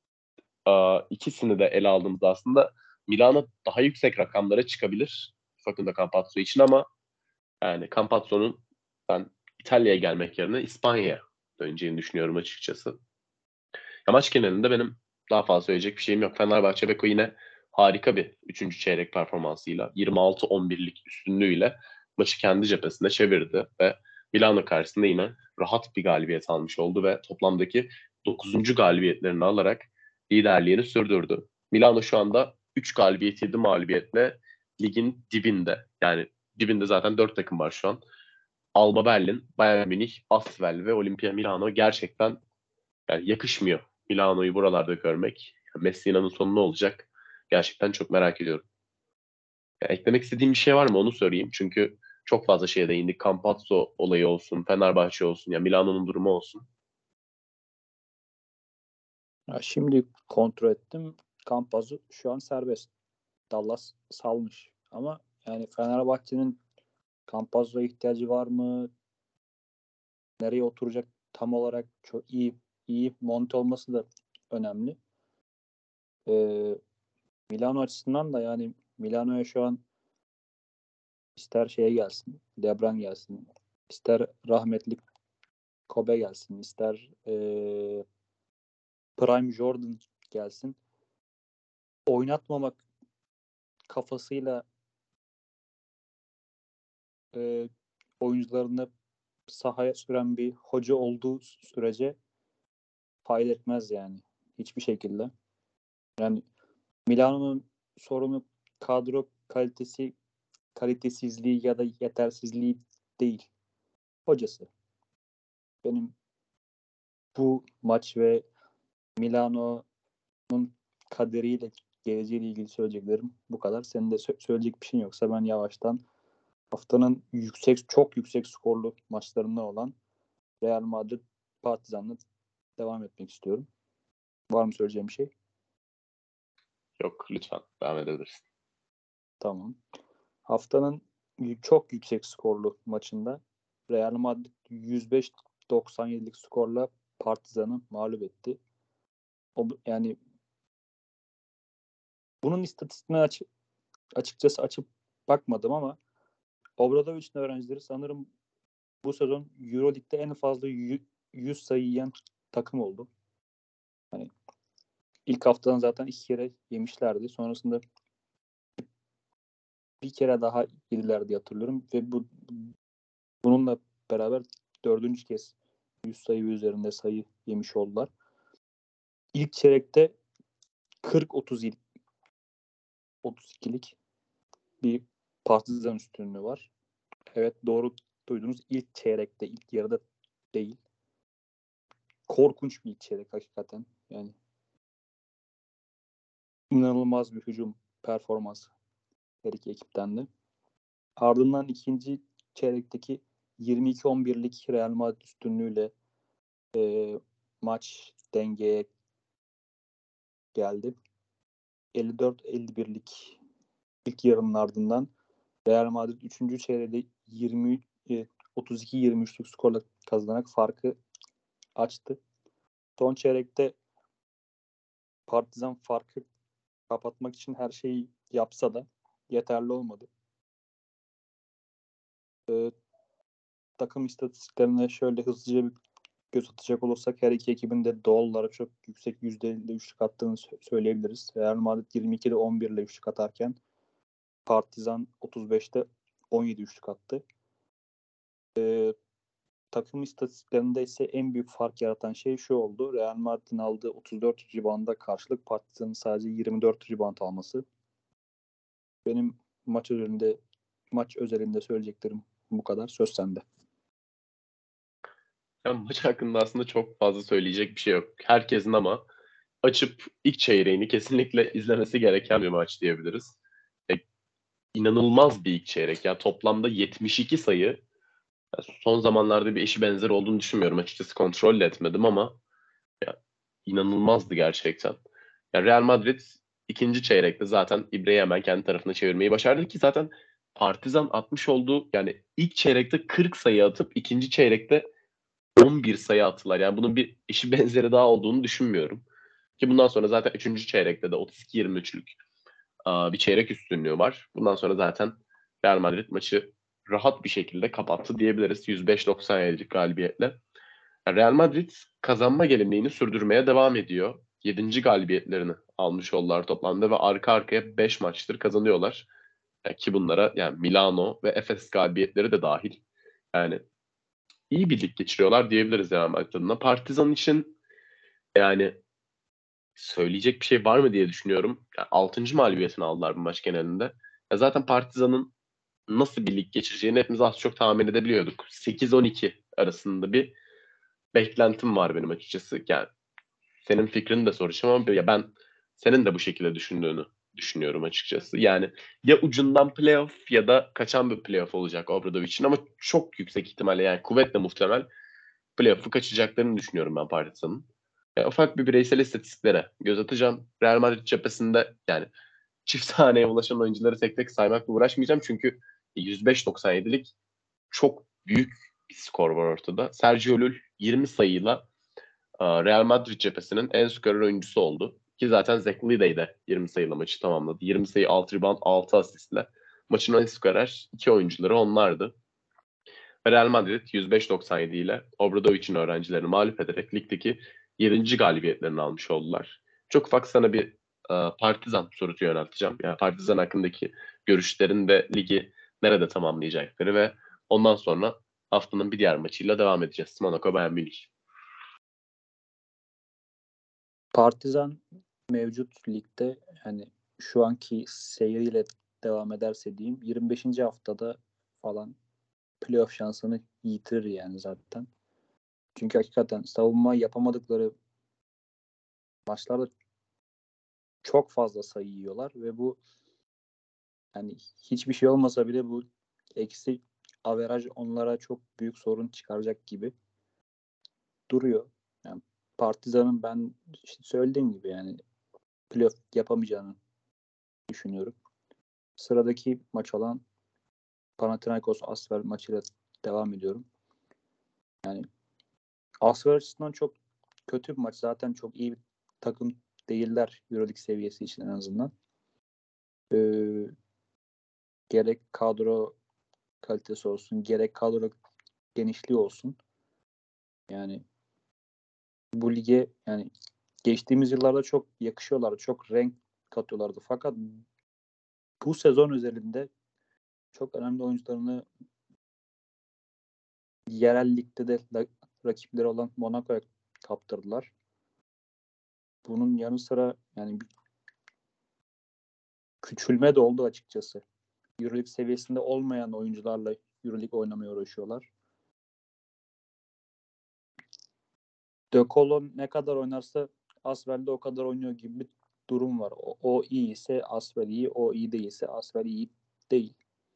ikisini de ele aldığımızda aslında Milano daha yüksek rakamlara çıkabilir Facundo Campazzo için ama yani Campazzo'nun ben İtalya'ya gelmek yerine İspanya'ya döneceğini düşünüyorum açıkçası. Ya maç genelinde benim daha fazla söyleyecek bir şeyim yok. Fenerbahçe Beko yine harika bir 3. çeyrek performansıyla 26-11'lik üstünlüğüyle maçı kendi cephesinde çevirdi ve Milano karşısında yine rahat bir galibiyet almış oldu ve toplamdaki 9. galibiyetlerini alarak liderliğini sürdürdü. Milano şu anda 3 galibiyet 7 mağlubiyetle ligin dibinde. Yani dibinde zaten 4 takım var şu an. Alba Berlin, Bayern Münih, Asvel ve Olimpia Milano gerçekten yani yakışmıyor. Milano'yu buralarda görmek. Messina'nın sonu ne olacak? Gerçekten çok merak ediyorum. Ya, eklemek istediğim bir şey var mı onu sorayım. Çünkü çok fazla şeye değindik. Campazzo olayı olsun, Fenerbahçe olsun, ya Milano'nun durumu olsun. Ya şimdi kontrol ettim. Campazzo şu an serbest. Dallas salmış. Ama yani Fenerbahçe'nin Campazzo'ya ihtiyacı var mı? Nereye oturacak tam olarak çok iyi monte olması da önemli. Ee, Milano açısından da yani Milano'ya şu an ister şeye gelsin, Lebron gelsin, ister rahmetli Kobe gelsin, ister Prime Jordan gelsin. Oynatmamak kafasıyla e, oyuncularını sahaya süren bir hoca olduğu sürece fayda etmez yani. Hiçbir şekilde. Yani Milano'nun sorunu kadro kalitesizliği ya da yetersizliği değil. Hocası. Benim bu maç ve Milano'nun kaderiyle geleceğiyle ilgili söyleyeceklerim bu kadar. Senin de söyleyecek bir şeyin yoksa ben yavaştan haftanın çok yüksek skorlu maçlarından olan Real Madrid Partizan'la devam etmek istiyorum. Var mı söyleyeceğim bir şey? Yok lütfen devam edebilirsin. Tamam. Haftanın çok yüksek skorlu maçında Real Madrid 105-97'lik skorla Partizan'ı mağlup etti. Yani bunun istatistiğine açıkçası açıp bakmadım ama Obradovic'in öğrencileri sanırım bu sezon Euroleague'de en fazla 100 sayı yiyen takım oldu. Hani ilk haftadan zaten 2 kere yemişlerdi. Sonrasında bir kere daha yediler diye hatırlıyorum ve bununla beraber 4. kez 100 sayı üzerinde sayı yemiş oldular. İlk çeyrekte 40-32'lik bir Partizan üstünlüğü var. Evet doğru duydunuz. İlk çeyrekte, ilk yarıda değil. Korkunç bir ilk çeyrek hakikaten. Yani inanılmaz bir hücum performansı her iki ekipten de. Ardından ikinci çeyrekteki 22-11'lik Real Madrid üstünlüğüyle maç dengeye geldi. 54-51'lik ilk yarının ardından Real Madrid 3. çeyreğde 32-23'lük skorla kazanarak farkı açtı. Son çeyrekte Partizan farkı kapatmak için her şeyi yapsa da yeterli olmadı. Takım istatistiklerine şöyle hızlıca bir göz atacak olursak her iki ekibin de doğal olarak çok yüksek %50'de üçlük attığını söyleyebiliriz. Real Madrid 22'de 11 ile üçlük atarken Partizan 35'te 17 üçlük attı. Takım istatistiklerinde ise en büyük fark yaratan şey şu oldu. Real Madrid'in aldığı 34 ribanda karşılık Partizan'ın sadece 24 riband alması. Benim maç özelinde söyleyeceklerim bu kadar. Söz sende. Ya, maç hakkında aslında çok fazla söyleyecek bir şey yok. Herkesin ama açıp ilk çeyreğini kesinlikle izlemesi gereken bir maç diyebiliriz. İnanılmaz bir ilk çeyrek. Ya toplamda 72 sayı. Ya son zamanlarda bir eşi benzer olduğunu düşünmüyorum. Açıkçası kontrol de etmedim ama ya, inanılmazdı gerçekten. Ya Real Madrid ikinci çeyrekte zaten İbre'yi hemen kendi tarafına çevirmeyi başardı ki zaten Partizan atmış olduğu yani ilk çeyrekte 40 sayı atıp ikinci çeyrekte 11 sayı attılar. Yani bunun bir eşi benzeri daha olduğunu düşünmüyorum. Ki bundan sonra zaten 3. çeyrekte de 32-23'lük bir çeyrek üstünlüğü var. Bundan sonra zaten Real Madrid maçı rahat bir şekilde kapattı diyebiliriz 105-97'lik galibiyetle. Yani Real Madrid kazanma geleneğini sürdürmeye devam ediyor. 7. galibiyetlerini almış oldular toplamda ve arka arkaya 5 maçtır kazanıyorlar. Ki bunlara yani Milano ve Efes galibiyetleri de dahil. Yani iyi bir lig geçiriyorlar diyebiliriz Real Madrid adına. Partizan için yani söyleyecek bir şey var mı diye düşünüyorum. Yani 6. mağlubiyetini aldılar bu maç genelinde. Ya zaten Partizan'ın nasıl bir lig geçireceğini hepimiz az çok tahmin edebiliyorduk. 8-12 arasında bir beklentim var benim açıkçası. Yani senin fikrini de soracağım ama ya ben senin de bu şekilde düşündüğünü düşünüyorum açıkçası. Yani ya ucundan playoff ya da kaçan bir playoff olacak Obradovic'in ama çok yüksek ihtimalle yani kuvvetle muhtemel playoff'u kaçacaklarını düşünüyorum ben Partizan'ın. Ufak bir bireysel istatistiklere göz atacağım. Real Madrid cephesinde yani çift haneye ulaşan oyuncuları tek tek saymakla uğraşmayacağım çünkü 105-97'lik çok büyük bir skor var ortada. Sergio Llull 20 sayıyla Real Madrid cephesinin en skorer oyuncusu oldu. Ki zaten Zach Lidey de 20 sayıyla maçı tamamladı. 20 sayı, 6 rebound, 6 asistle. Maçın en skorer iki oyuncuları onlardı. Real Madrid 105-97 ile Obradovic'in öğrencilerini mağlup ederek ligdeki 7. galibiyetlerini almış oldular. Çok ufak sana bir Partizan sorusu yönelteceğim. Yani Partizan hakkındaki görüşlerin ve ligi nerede tamamlayacakları ve ondan sonra haftanın bir diğer maçıyla devam edeceğiz. Monaco Bayern Münih. Partizan mevcut ligde yani şu anki seyriyle devam ederse diyeyim 25. haftada falan playoff şansını yitirir yani zaten. Çünkü hakikaten savunma yapamadıkları maçlarda çok fazla sayı yiyorlar ve bu yani hiçbir şey olmasa bile bu eksi averaj onlara çok büyük sorun çıkaracak gibi duruyor. Yani Partizan'ın ben işte söylediğim gibi yani playoff yapamayacağını düşünüyorum. Sıradaki maç olan Panathinaikos Asvel maçıyla devam ediyorum. Yani Asvel açısından çok kötü bir maç. Zaten çok iyi bir takım değiller EuroLeague seviyesi için en azından. Gerek kadro kalitesi olsun, gerek kadro genişliği olsun. Yani bu lige yani geçtiğimiz yıllarda çok yakışıyorlardı. Çok renk katıyorlardı. Fakat bu sezon özelinde çok önemli oyuncularını yerel ligde de rakipleri olan Monaco'ya kaptırdılar. Bunun yanı sıra yani bir küçülme de oldu açıkçası. EuroLeague seviyesinde olmayan oyuncularla EuroLeague oynamaya uğraşıyorlar. De Colo ne kadar oynarsa Asvel'de o kadar oynuyor gibi bir durum var. O iyi ise Asvel iyi, o iyi değilse Asvel iyi değil.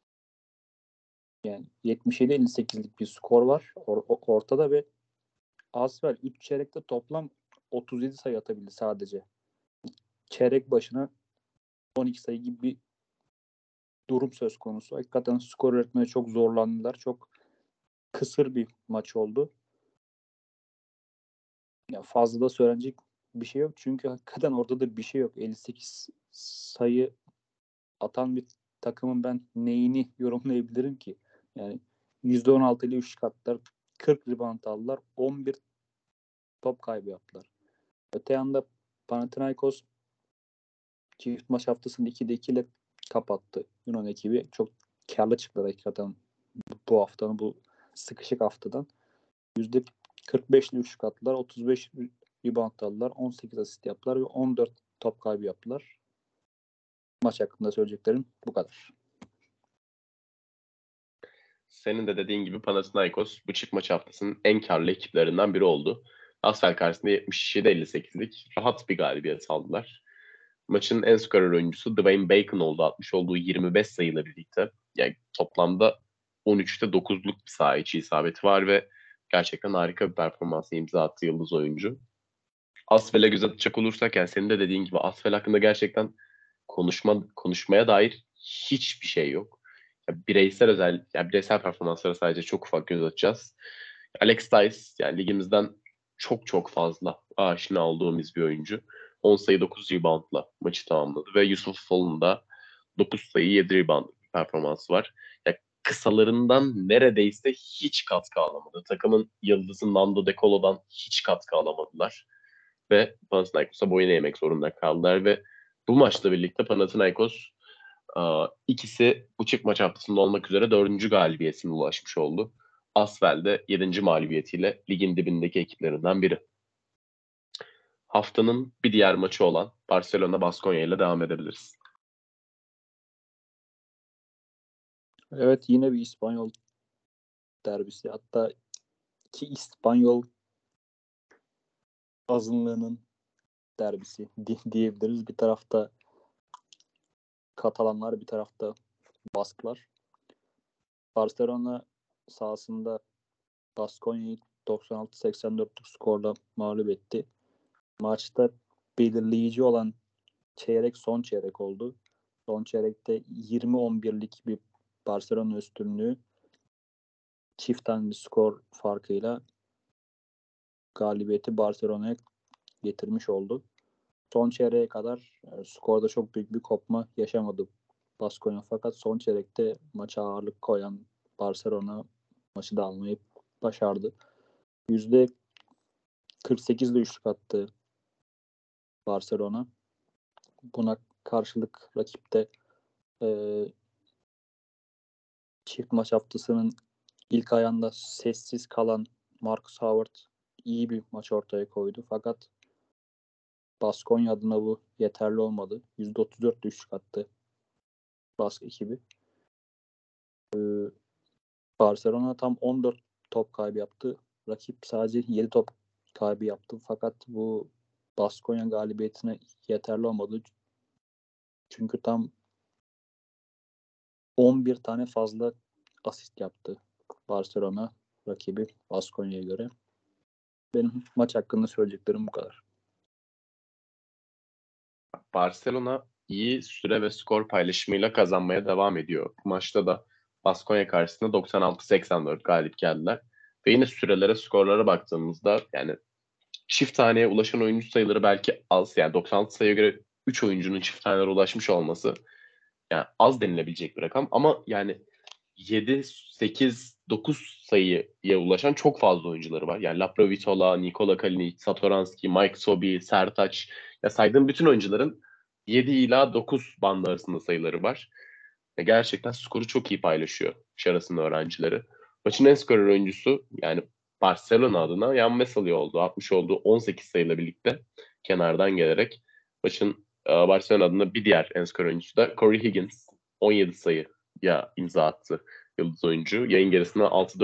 Yani 77-58'lik bir skor var ortada ve Asvel 3 çeyrekte toplam 37 sayı atabildi sadece. Çeyrek başına 12 sayı gibi bir durum söz konusu. Hakikaten skor üretmeye çok zorlandılar. Çok kısır bir maç oldu. Ya fazla da söylenecek bir şey yok. Çünkü hakikaten orada da bir şey yok. 58 sayı atan bir takımın ben neyini yorumlayabilirim ki? Yani %16 ile 3 katlar 40 rebound aldılar. 11 top kaybı yaptılar. Öte yanda Panathinaikos çift maç haftasını 2'de 2 ile kapattı. Yunan ekibi çok karlı çıktılar hakikaten bu haftanın bu sıkışık haftadan. %45 ile 3 kattılar. 35 rebound aldılar. 18 asist yaptılar ve 14 top kaybı yaptılar. Maç hakkında söyleyeceklerim bu kadar. Senin de dediğin gibi Panathinaikos bu çift maç haftasının en karlı ekiplerinden biri oldu. Asvel karşısında 77-58'lik rahat bir galibiyet aldılar. Maçın en skorer oyuncusu Dwayne Bacon oldu. Atmış olduğu 25 sayıyla birlikte. Yani toplamda 13'te 9'luk bir saha içi isabeti var ve gerçekten harika bir performansı imza attı yıldız oyuncu. Asfel'e göz atacak olursak yani senin de dediğin gibi Asfel hakkında gerçekten konuşmaya dair hiçbir şey yok. Bireysel performanslara sadece çok ufak göz atacağız. Alex Dice yani ligimizden çok çok fazla aşina olduğumuz bir oyuncu. 10 sayı 9 reboundla maçı tamamladı ve Yusuf Fall'un da 9 sayı 7 rebound performansı var. Yani kısalarından neredeyse hiç katkı alamadı. Takımın yıldızı Nando De Colo'dan hiç katkı alamadılar. Ve Panathinaikos'a boyun eğmek zorunda kaldılar ve bu maçla birlikte Panathinaikos ikisi bu çift maç haftasında olmak üzere 4. galibiyetine ulaşmış oldu. Asvel de 7. mağlubiyetiyle ligin dibindeki ekiplerinden biri. Haftanın bir diğer maçı olan Barcelona Baskonya ile devam edebiliriz. Evet, yine bir İspanyol derbisi. Hatta iki İspanyol azınlığının derbisi diyebiliriz. Bir tarafta Katalanlar, bir tarafta Basklar. Barcelona sahasında Baskonya'yı 96-84'lük skorla mağlup etti. Maçta belirleyici olan çeyrek son çeyrek oldu. Son çeyrekte 20-11'lik bir Barcelona üstünlüğü çift tane bir skor farkıyla galibiyeti Barcelona'ya getirmiş oldu. Son çeyreğe kadar skorda çok büyük bir kopma yaşamadı Baskonya, fakat son çeyrekte maça ağırlık koyan Barcelona maçı da almayı başardı. %48'de üçlük attı Barcelona. Buna karşılık rakipte e, çift maç haftasının ilk ayağında sessiz kalan Marcus Howard iyi bir maç ortaya koydu. Fakat Baskonya adına bu yeterli olmadı. %34 düşük attı Bask ekibi. Barcelona tam 14 top kaybı yaptı. Rakip sadece 7 top kaybı yaptı. Fakat bu Baskonya galibiyetine yeterli olmadı. Çünkü tam 11 tane fazla asist yaptı Barcelona rakibi Baskonya'ya göre. Benim maç hakkında söyleyeceklerim bu kadar. Barcelona iyi süre ve skor paylaşımıyla kazanmaya devam ediyor. Bu maçta da Baskonya karşısında 96-84 galip geldiler. Ve yine sürelere, skorlara baktığımızda yani çift taneye ulaşan oyuncu sayıları belki az. Yani 96 sayıya göre 3 oyuncunun çift tanelere ulaşmış olması yani az denilebilecek bir rakam. Ama yani 7, 8, 9 sayıya ulaşan çok fazla oyuncuları var. Yani Laprovitola, Nikola Kalinic, Satoranski, Mike Sobi, Sertaç. Ya saydığım bütün oyuncuların 7 ila 9 bandı arasında sayıları var. Gerçekten skoru çok iyi paylaşıyor Şaras'ın öğrencileri. Maçın en skorer oyuncusu yani Barcelona adına Jan Vesely oldu. 60 olduğu 18 sayıyla birlikte kenardan gelerek maçın Barcelona adına bir diğer en skorer oyuncusu da Corey Higgins. 17 sayıya imza attı yıldız oyuncu. Yayın gerisinde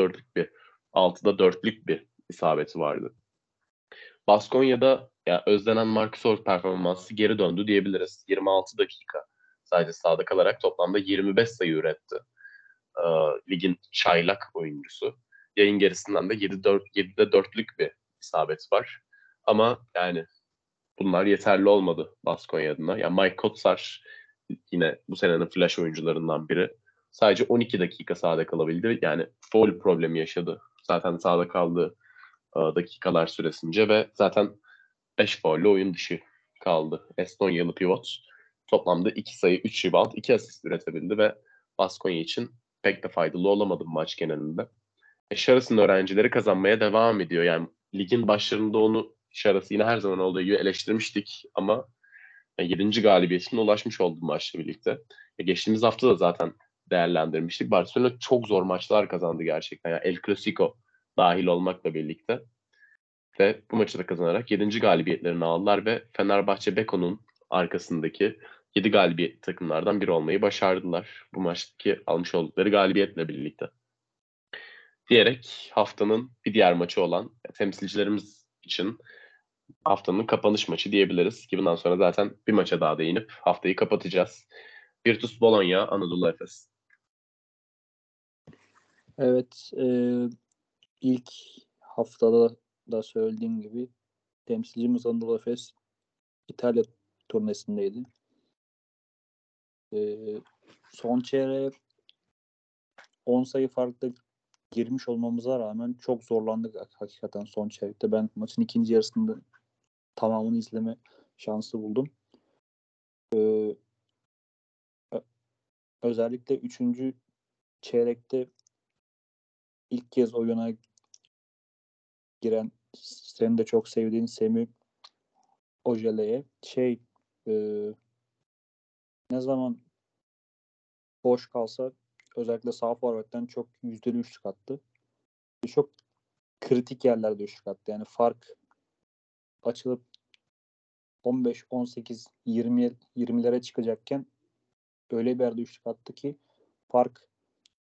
6'da 4'lük bir isabeti vardı. Baskonya'da ya özlenen Marcus performansı geri döndü diyebiliriz. 26 dakika sadece sahada kalarak toplamda 25 sayı üretti. Ligin çaylak oyuncusu. Yayın gerisinden de 7'de 4'lük bir isabet var. Ama yani bunlar yeterli olmadı Baskonya adına. Yani Mike Kotsar yine bu senenin flash oyuncularından biri. Sadece 12 dakika sahada kalabildi. Yani foul problemi yaşadı. Zaten sahada kaldığı dakikalar süresince ve zaten 5 faulle oyun dışı kaldı. Estonyalı pivot toplamda 2 sayı, 3 rebound, 2 asist üretebildi ve Baskonya için pek de faydalı olamadı maç genelinde. Şaras'ın öğrencileri kazanmaya devam ediyor. Yani ligin başlarında onu Şaras'ı yine her zaman olduğu gibi eleştirmiştik ama 7. galibiyetine ulaşmış oldu maçla birlikte. Geçtiğimiz hafta da zaten değerlendirmiştik. Barcelona çok zor maçlar kazandı gerçekten. Yani El Clasico dahil olmakla birlikte. Ve bu maçı da kazanarak 7. galibiyetlerini aldılar ve Fenerbahçe Beko'nun arkasındaki 7 galibiyet takımlardan biri olmayı başardılar. Bu maçtaki almış oldukları galibiyetle birlikte. Diyerek haftanın bir diğer maçı olan temsilcilerimiz için haftanın kapanış maçı diyebiliriz. Ki bundan sonra zaten bir maça daha değinip haftayı kapatacağız. Virtus Bologna, Anadolu Efes. Evet, ilk haftada da söylediğim gibi temsilcimiz Anadolu Efes İtalya turnesindeydi. Son çeyreğe 10 sayı farklı girmiş olmamıza rağmen çok zorlandık hakikaten son çeyrekte. Ben maçın ikinci yarısında tamamını izleme şansı buldum. Özellikle 3. çeyrekte ilk kez oyuna giren, senin de çok sevdiğin Semih Ojele'ye e, ne zaman boş kalsa özellikle sağ forvetten çok yüzdeli üçlük attı. Çok kritik yerlerde üçlük attı. Yani fark açılıp 15, 18, 20'lere çıkacakken öyle bir yerde üçlük attı ki fark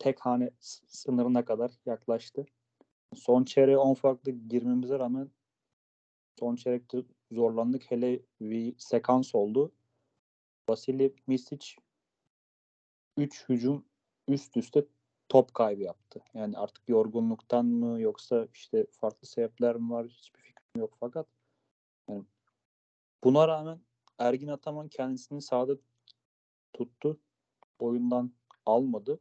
tek hane sınırına kadar yaklaştı. Son çeyreğe 10 farklı girmemize rağmen son çeyrekte zorlandık. Hele bir sekans oldu. Vasilij Micic 3 hücum üst üste top kaybı yaptı. Yani artık yorgunluktan mı yoksa işte farklı sebepler mi var hiçbir fikrim yok fakat yani buna rağmen Ergin Ataman kendisini sahada tuttu. Oyundan almadı.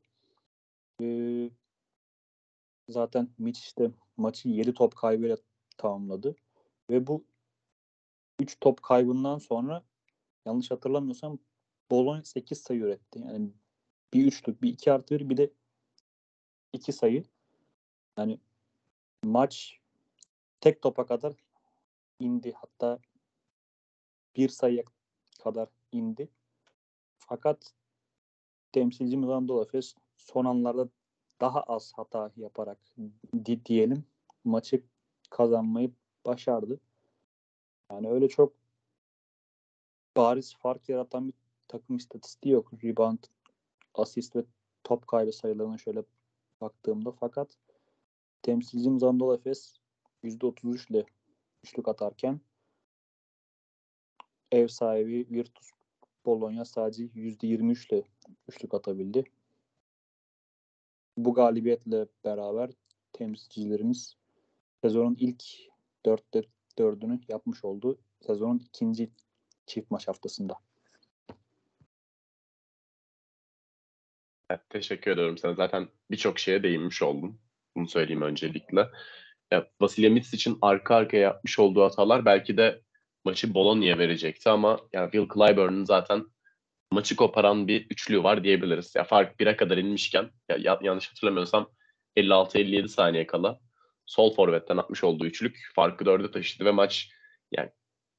Zaten Micic de maçı 7 top kaybıyla tamamladı. Ve bu 3 top kaybından sonra yanlış hatırlamıyorsam Bologna 8 sayı üretti. Yani bir üçlük, bir 2+1 bir de 2 sayı. Yani maç tek topa kadar indi. Hatta bir sayıya kadar indi. Fakat temsilcimiz Anadolu Efes son anlarda daha az hata yaparak diyelim maçı kazanmayı başardı. Yani öyle çok bariz fark yaratan bir takım istatistiği yok. Rebound, asist ve top kaybı sayılarına şöyle baktığımda fakat temsilcimiz Anadolu Efes %33 ile üçlük atarken ev sahibi Virtus Bologna sadece %23 ile üçlük atabildi. Bu galibiyetle beraber temsilcilerimiz sezonun ilk 4'te 4'ünü yapmış oldu. Sezonun ikinci çift maç haftasında. Evet, teşekkür ediyorum sana. Zaten birçok şeye değinmiş oldum. Bunu söyleyeyim öncelikle. Ya, Vasilij Misic'in arka arkaya yapmış olduğu hatalar belki de maçı Bologna'ya verecekti ama yani Will Clyburn'un zaten maçı koparan bir üçlü var diyebiliriz. Ya fark 1'e kadar inmişken yanlış hatırlamıyorsam 56-57 saniye kala sol forvetten atmış olduğu üçlük farkı 4'e taşıdı ve maç yani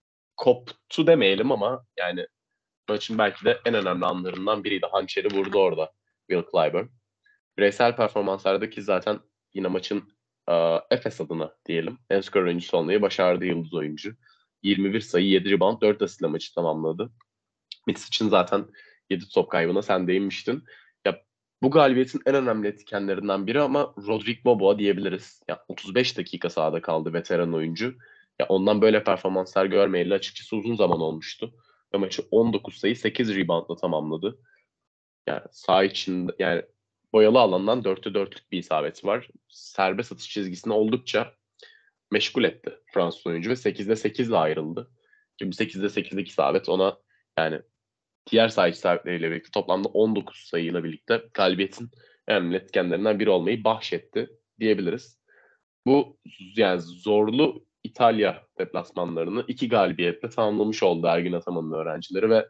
koptu demeyelim ama yani maçın belki de en önemli anlarından biriydi. Hançeri vurdu orada Will Clyburn. Bireysel performanslardaki zaten yine maçın Efes adına diyelim en skor oyuncusu olmayı başardı yıldız oyuncu. 21 sayı, 7 rebound, 4 asistle maçı tamamladı. Mitch için zaten 7 top kaybına sen değinmiştin. Ya bu galibiyetin en önemli etkenlerinden biri ama Rodrigo Boboa diyebiliriz. Ya 35 dakika sahada kaldı veteran oyuncu. Ya ondan böyle performanslar görmeyeli açıkçası uzun zaman olmuştu. Ve maçı 19 sayı 8 reboundla tamamladı. Yani saha içinde yani boyalı alandan 4'te 4'lük bir isabeti var. Serbest atış çizgisine oldukça meşgul etti Fransız oyuncu ve 8'de 8 ile ayrıldı. Şimdi 8'de 8'lik isabet ona yani diğer saha isabetleriyle birlikte toplamda 19 sayıyla birlikte galibiyetin en önemli etkenlerinden biri olmayı bahşetti diyebiliriz. Bu yani zorlu İtalya deplasmanlarını 2 galibiyetle tamamlamış oldu Ergin Ataman'ın öğrencileri ve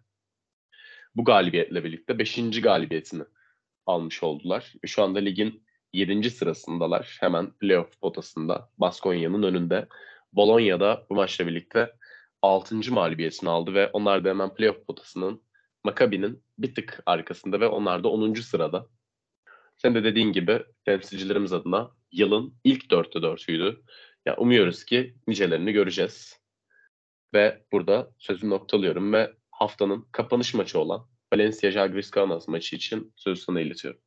bu galibiyetle birlikte 5. galibiyetini almış oldular. Şu anda ligin 7. sırasındalar. Hemen playoff potasında Baskonya'nın önünde. Bologna'da bu maçla birlikte 6. mağlubiyetini aldı ve onlar da hemen playoff potasının Maccabi'nin bir tık arkasında ve onlar da 10. sırada. Sen de dediğin gibi temsilcilerimiz adına yılın ilk 4'te 4'üydü. Ya umuyoruz ki nicelerini göreceğiz. Ve burada sözü noktalıyorum ve haftanın kapanış maçı olan Valencia Žalgiris Kaunas maçı için sözü sana iletiyorum.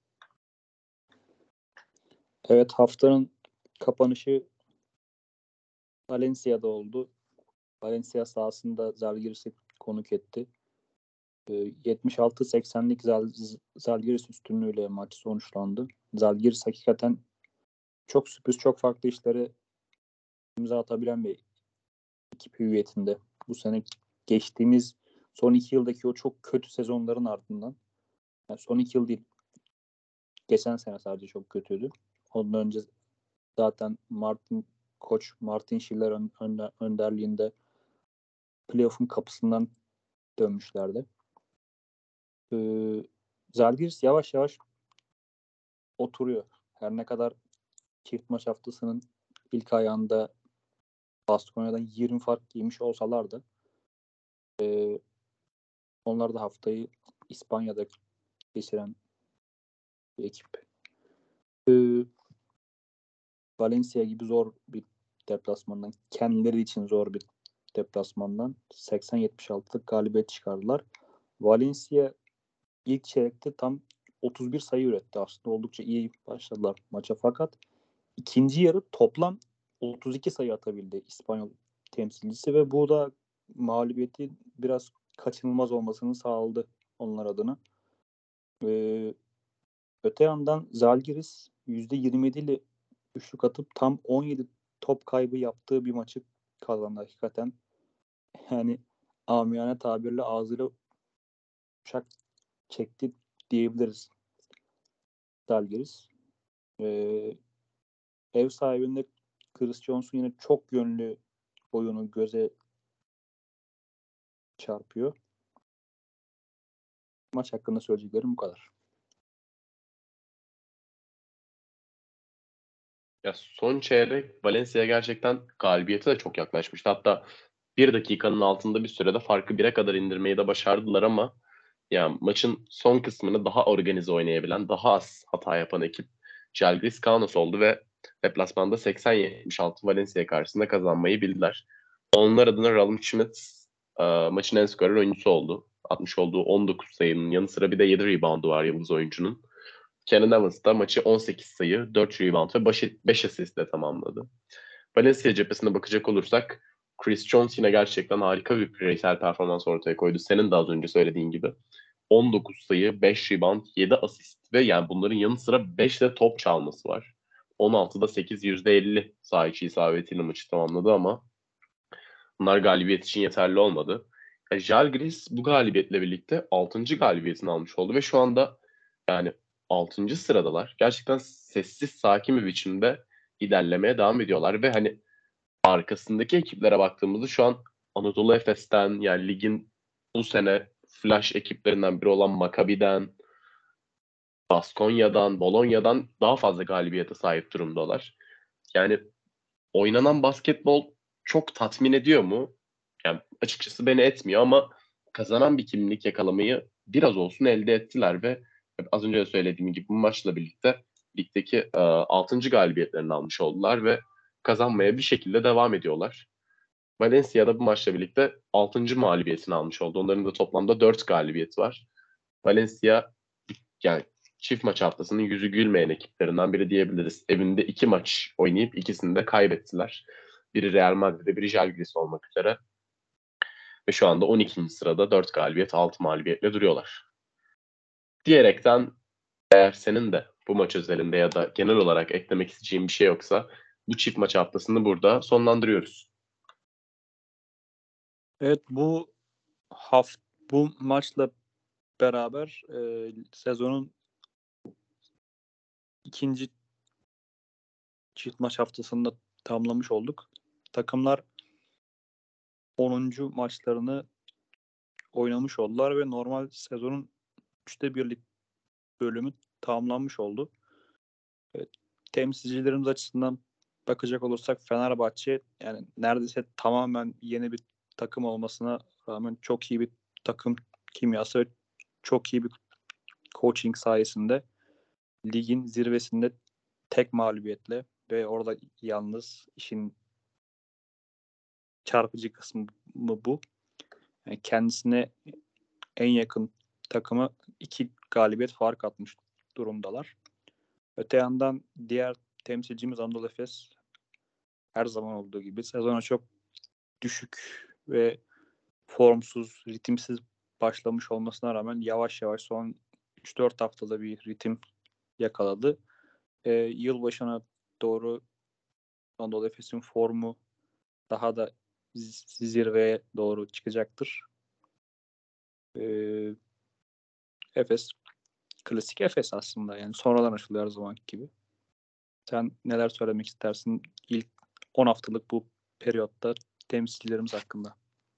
Evet, haftanın kapanışı Valencia'da oldu. Valencia sahasında Žalgiris'i konuk etti. 76-80'lik Žalgiris üstünlüğüyle maç sonuçlandı. Žalgiris hakikaten çok sürpriz, çok farklı işlere imza atabilen bir ekip hüviyetinde. Bu sene geçtiğimiz son 2 yıldaki o çok kötü sezonların ardından, yani son 2 yıl değil, geçen sene sadece çok kötüydü. Ondan önce zaten Koç Martin Schiller önderliğinde playoff'un kapısından dönmüşlerdi. Žalgiris yavaş yavaş oturuyor. Her ne kadar çift maç haftasının ilk ayağında Baskonya'dan 20 fark yemiş olsalar da onlar da haftayı İspanya'da geçiren bir ekip. Valencia gibi zor bir deplasmandan, kendileri için zor bir deplasmandan 80-76'lık galibiyet çıkardılar. Valencia ilk çeyrekte tam 31 sayı üretti. Aslında oldukça iyi başladılar maça fakat ikinci yarı toplam 32 sayı atabildi İspanyol temsilcisi ve bu da mağlubiyeti biraz kaçınılmaz olmasını sağladı onlar adına. Öte yandan Zalgiris %27 ile üçlük atıp tam 17 top kaybı yaptığı bir maçı kazandı hakikaten. Yani amiyane tabirle ağzıyla uçak çekti diyebiliriz Zalgiris. Ev sahibinde Chris Jones'un yine çok yönlü oyunu göze çarpıyor. Maç hakkında söyleyeceklerim bu kadar. Ya son çeyrek Valencia gerçekten galibiyete de çok yaklaşmıştı. Hatta bir dakikanın altında bir sürede farkı 1'e kadar indirmeyi de başardılar ama ya maçın son kısmını daha organize oynayabilen, daha az hata yapan ekip Žalgiris Kaunas oldu ve deplasmanda 80-76 Valencia karşısında kazanmayı bildiler. Onlar adına Ralim Schmidt maçın en skorer oyuncusu oldu. Atmış olduğu 19 sayının yanı sıra bir de 7 reboundu var yıldız oyuncunun. Kenan Evans da maçı 18 sayı, 4 rebound ve 5 asistle tamamladı. Valencia cephesine bakacak olursak Chris Jones yine gerçekten harika bir bireysel performans ortaya koydu. Senin de az önce söylediğin gibi. 19 sayı, 5 rebound, 7 asist ve yani bunların yanı sıra 5 de top çalması var. 16'da 8, %50 saha içi isabetiyle maçı tamamladı ama bunlar galibiyet için yeterli olmadı. Yani Žalgiris bu galibiyetle birlikte 6. galibiyetini almış oldu ve şu anda yani 6. sıradalar. Gerçekten sessiz, sakin bir biçimde ilerlemeye devam ediyorlar ve hani arkasındaki ekiplere baktığımızda şu an Anadolu Efes'ten yani ligin bu sene flash ekiplerinden biri olan Maccabi'den, Baskonya'dan, Bolonya'dan daha fazla galibiyete sahip durumdalar. Yani oynanan basketbol çok tatmin ediyor mu? Yani açıkçası beni etmiyor ama kazanan bir kimlik yakalamayı biraz olsun elde ettiler ve az önce de söylediğim gibi bu maçla birlikte ligdeki 6. galibiyetlerini almış oldular ve kazanmaya bir şekilde devam ediyorlar. Valencia'da bu maçla birlikte 6. mağlubiyetini almış oldu. Onların da toplamda 4 galibiyeti var. Valencia yani çift maç haftasının yüzü gülmeyen ekiplerinden biri diyebiliriz. Evinde 2 maç oynayıp ikisini de kaybettiler. Biri Real Madrid'de, biri Žalgiris olmak üzere. Ve şu anda 12. sırada 4 galibiyet, 6 mağlubiyetle duruyorlar. Diyerekten eğer senin de bu maç özelinde ya da genel olarak eklemek isteyeceğin bir şey yoksa bu çift maç haftasını burada sonlandırıyoruz. Evet bu maçla beraber sezonun ikinci çift maç haftasını da tamamlamış olduk. Takımlar 10. maçlarını oynamış oldular ve normal sezonun 1/3 bölümü tamamlanmış oldu. Evet, temsilcilerimiz açısından bakacak olursak Fenerbahçe yani neredeyse tamamen yeni bir takım olmasına rağmen çok iyi bir takım kimyası ve çok iyi bir coaching sayesinde ligin zirvesinde tek mağlubiyetle ve orada yalnız işin çarpıcı kısmı bu. Yani kendisine en yakın takımı 2 galibiyet fark atmış durumdalar. Öte yandan diğer temsilcimiz Anadolu Efes her zaman olduğu gibi sezona çok düşük ve formsuz, ritimsiz başlamış olmasına rağmen yavaş yavaş son 3-4 haftada bir ritim yakaladı. Yılbaşına doğru Anadolu Efes'in formu daha da zirveye doğru çıkacaktır. Efes klasik Efes aslında yani sonradan açılıyor her zaman gibi. Sen neler söylemek istersin ilk 10 haftalık bu periyotta temsilcilerimiz hakkında?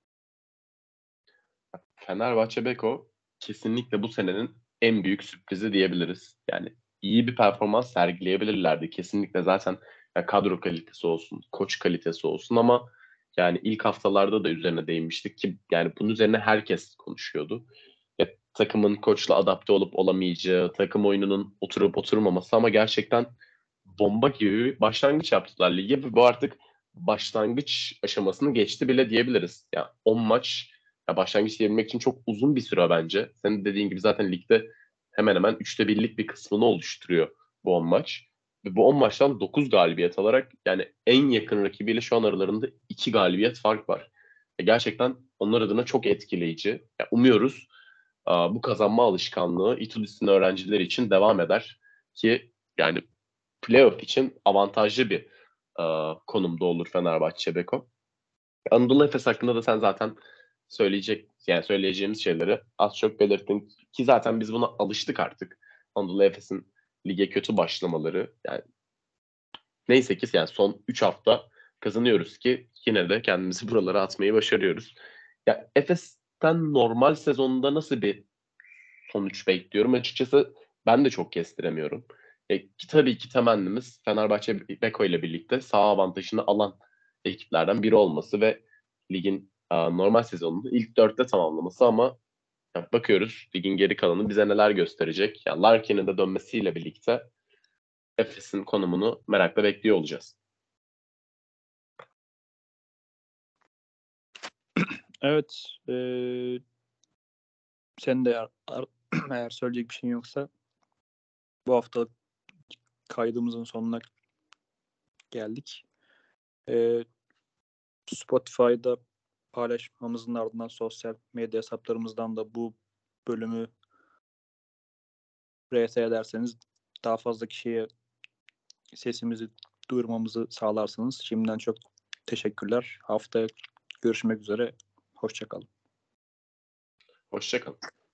Fenerbahçe Beko kesinlikle bu senenin en büyük sürprizi diyebiliriz. Yani iyi bir performans sergileyebilirlerdi. Kesinlikle zaten ya kadro kalitesi olsun, koç kalitesi olsun ama yani ilk haftalarda da üzerine değinmiştik ki yani bunun üzerine herkes konuşuyordu. Ya, takımın koçla adapte olup olamayacağı, takım oyununun oturup oturmaması ama gerçekten bomba gibi bir başlangıç yaptılar lige ve bu artık başlangıç aşamasını geçti bile diyebiliriz. Ya 10 maç ya başlangıç diyebilmek için çok uzun bir süre bence. Senin dediğin gibi zaten ligde hemen hemen 1/3'lik bir kısmını oluşturuyor bu 10 maç. Ve bu 10 maçtan 9 galibiyet alarak yani en yakın rakibiyle şu an aralarında 2 galibiyet fark var. Gerçekten onlar adına çok etkileyici. Umuyoruz bu kazanma alışkanlığı İTÜ öğrencileri için devam eder ki yani playoff için avantajlı bir konumda olur Fenerbahçe Beko. Anadolu Efes hakkında da sen zaten söyleyeceğimiz şeyleri az çok belirttin ki zaten biz buna alıştık artık. Anadolu Efes'in lige kötü başlamaları yani neyse ki yani son 3 hafta kazanıyoruz ki yine de kendimizi buralara atmayı başarıyoruz. Ya Efes'ten normal sezonunda nasıl bir sonuç bekliyorum? Açıkçası ben de çok kestiremiyorum. Ki tabii ki temennimiz Fenerbahçe Beko ile birlikte sağ avantajını alan ekiplerden biri olması ve ligin normal sezonunu ilk 4'te tamamlaması ama bakıyoruz ligin geri kalanı bize neler gösterecek. Yani Larkin'in de dönmesiyle birlikte Efes'in konumunu merakla bekliyor olacağız. Evet. Sen de eğer söyleyecek bir şeyin yoksa bu haftalık kaydımızın sonuna geldik. Spotify'da paylaşmamızın ardından sosyal medya hesaplarımızdan da bu bölümü RT ederseniz daha fazla kişiye sesimizi duyurmamızı sağlarsınız. Şimdiden çok teşekkürler. Haftaya görüşmek üzere. Hoşça kalın. Hoşça kalın.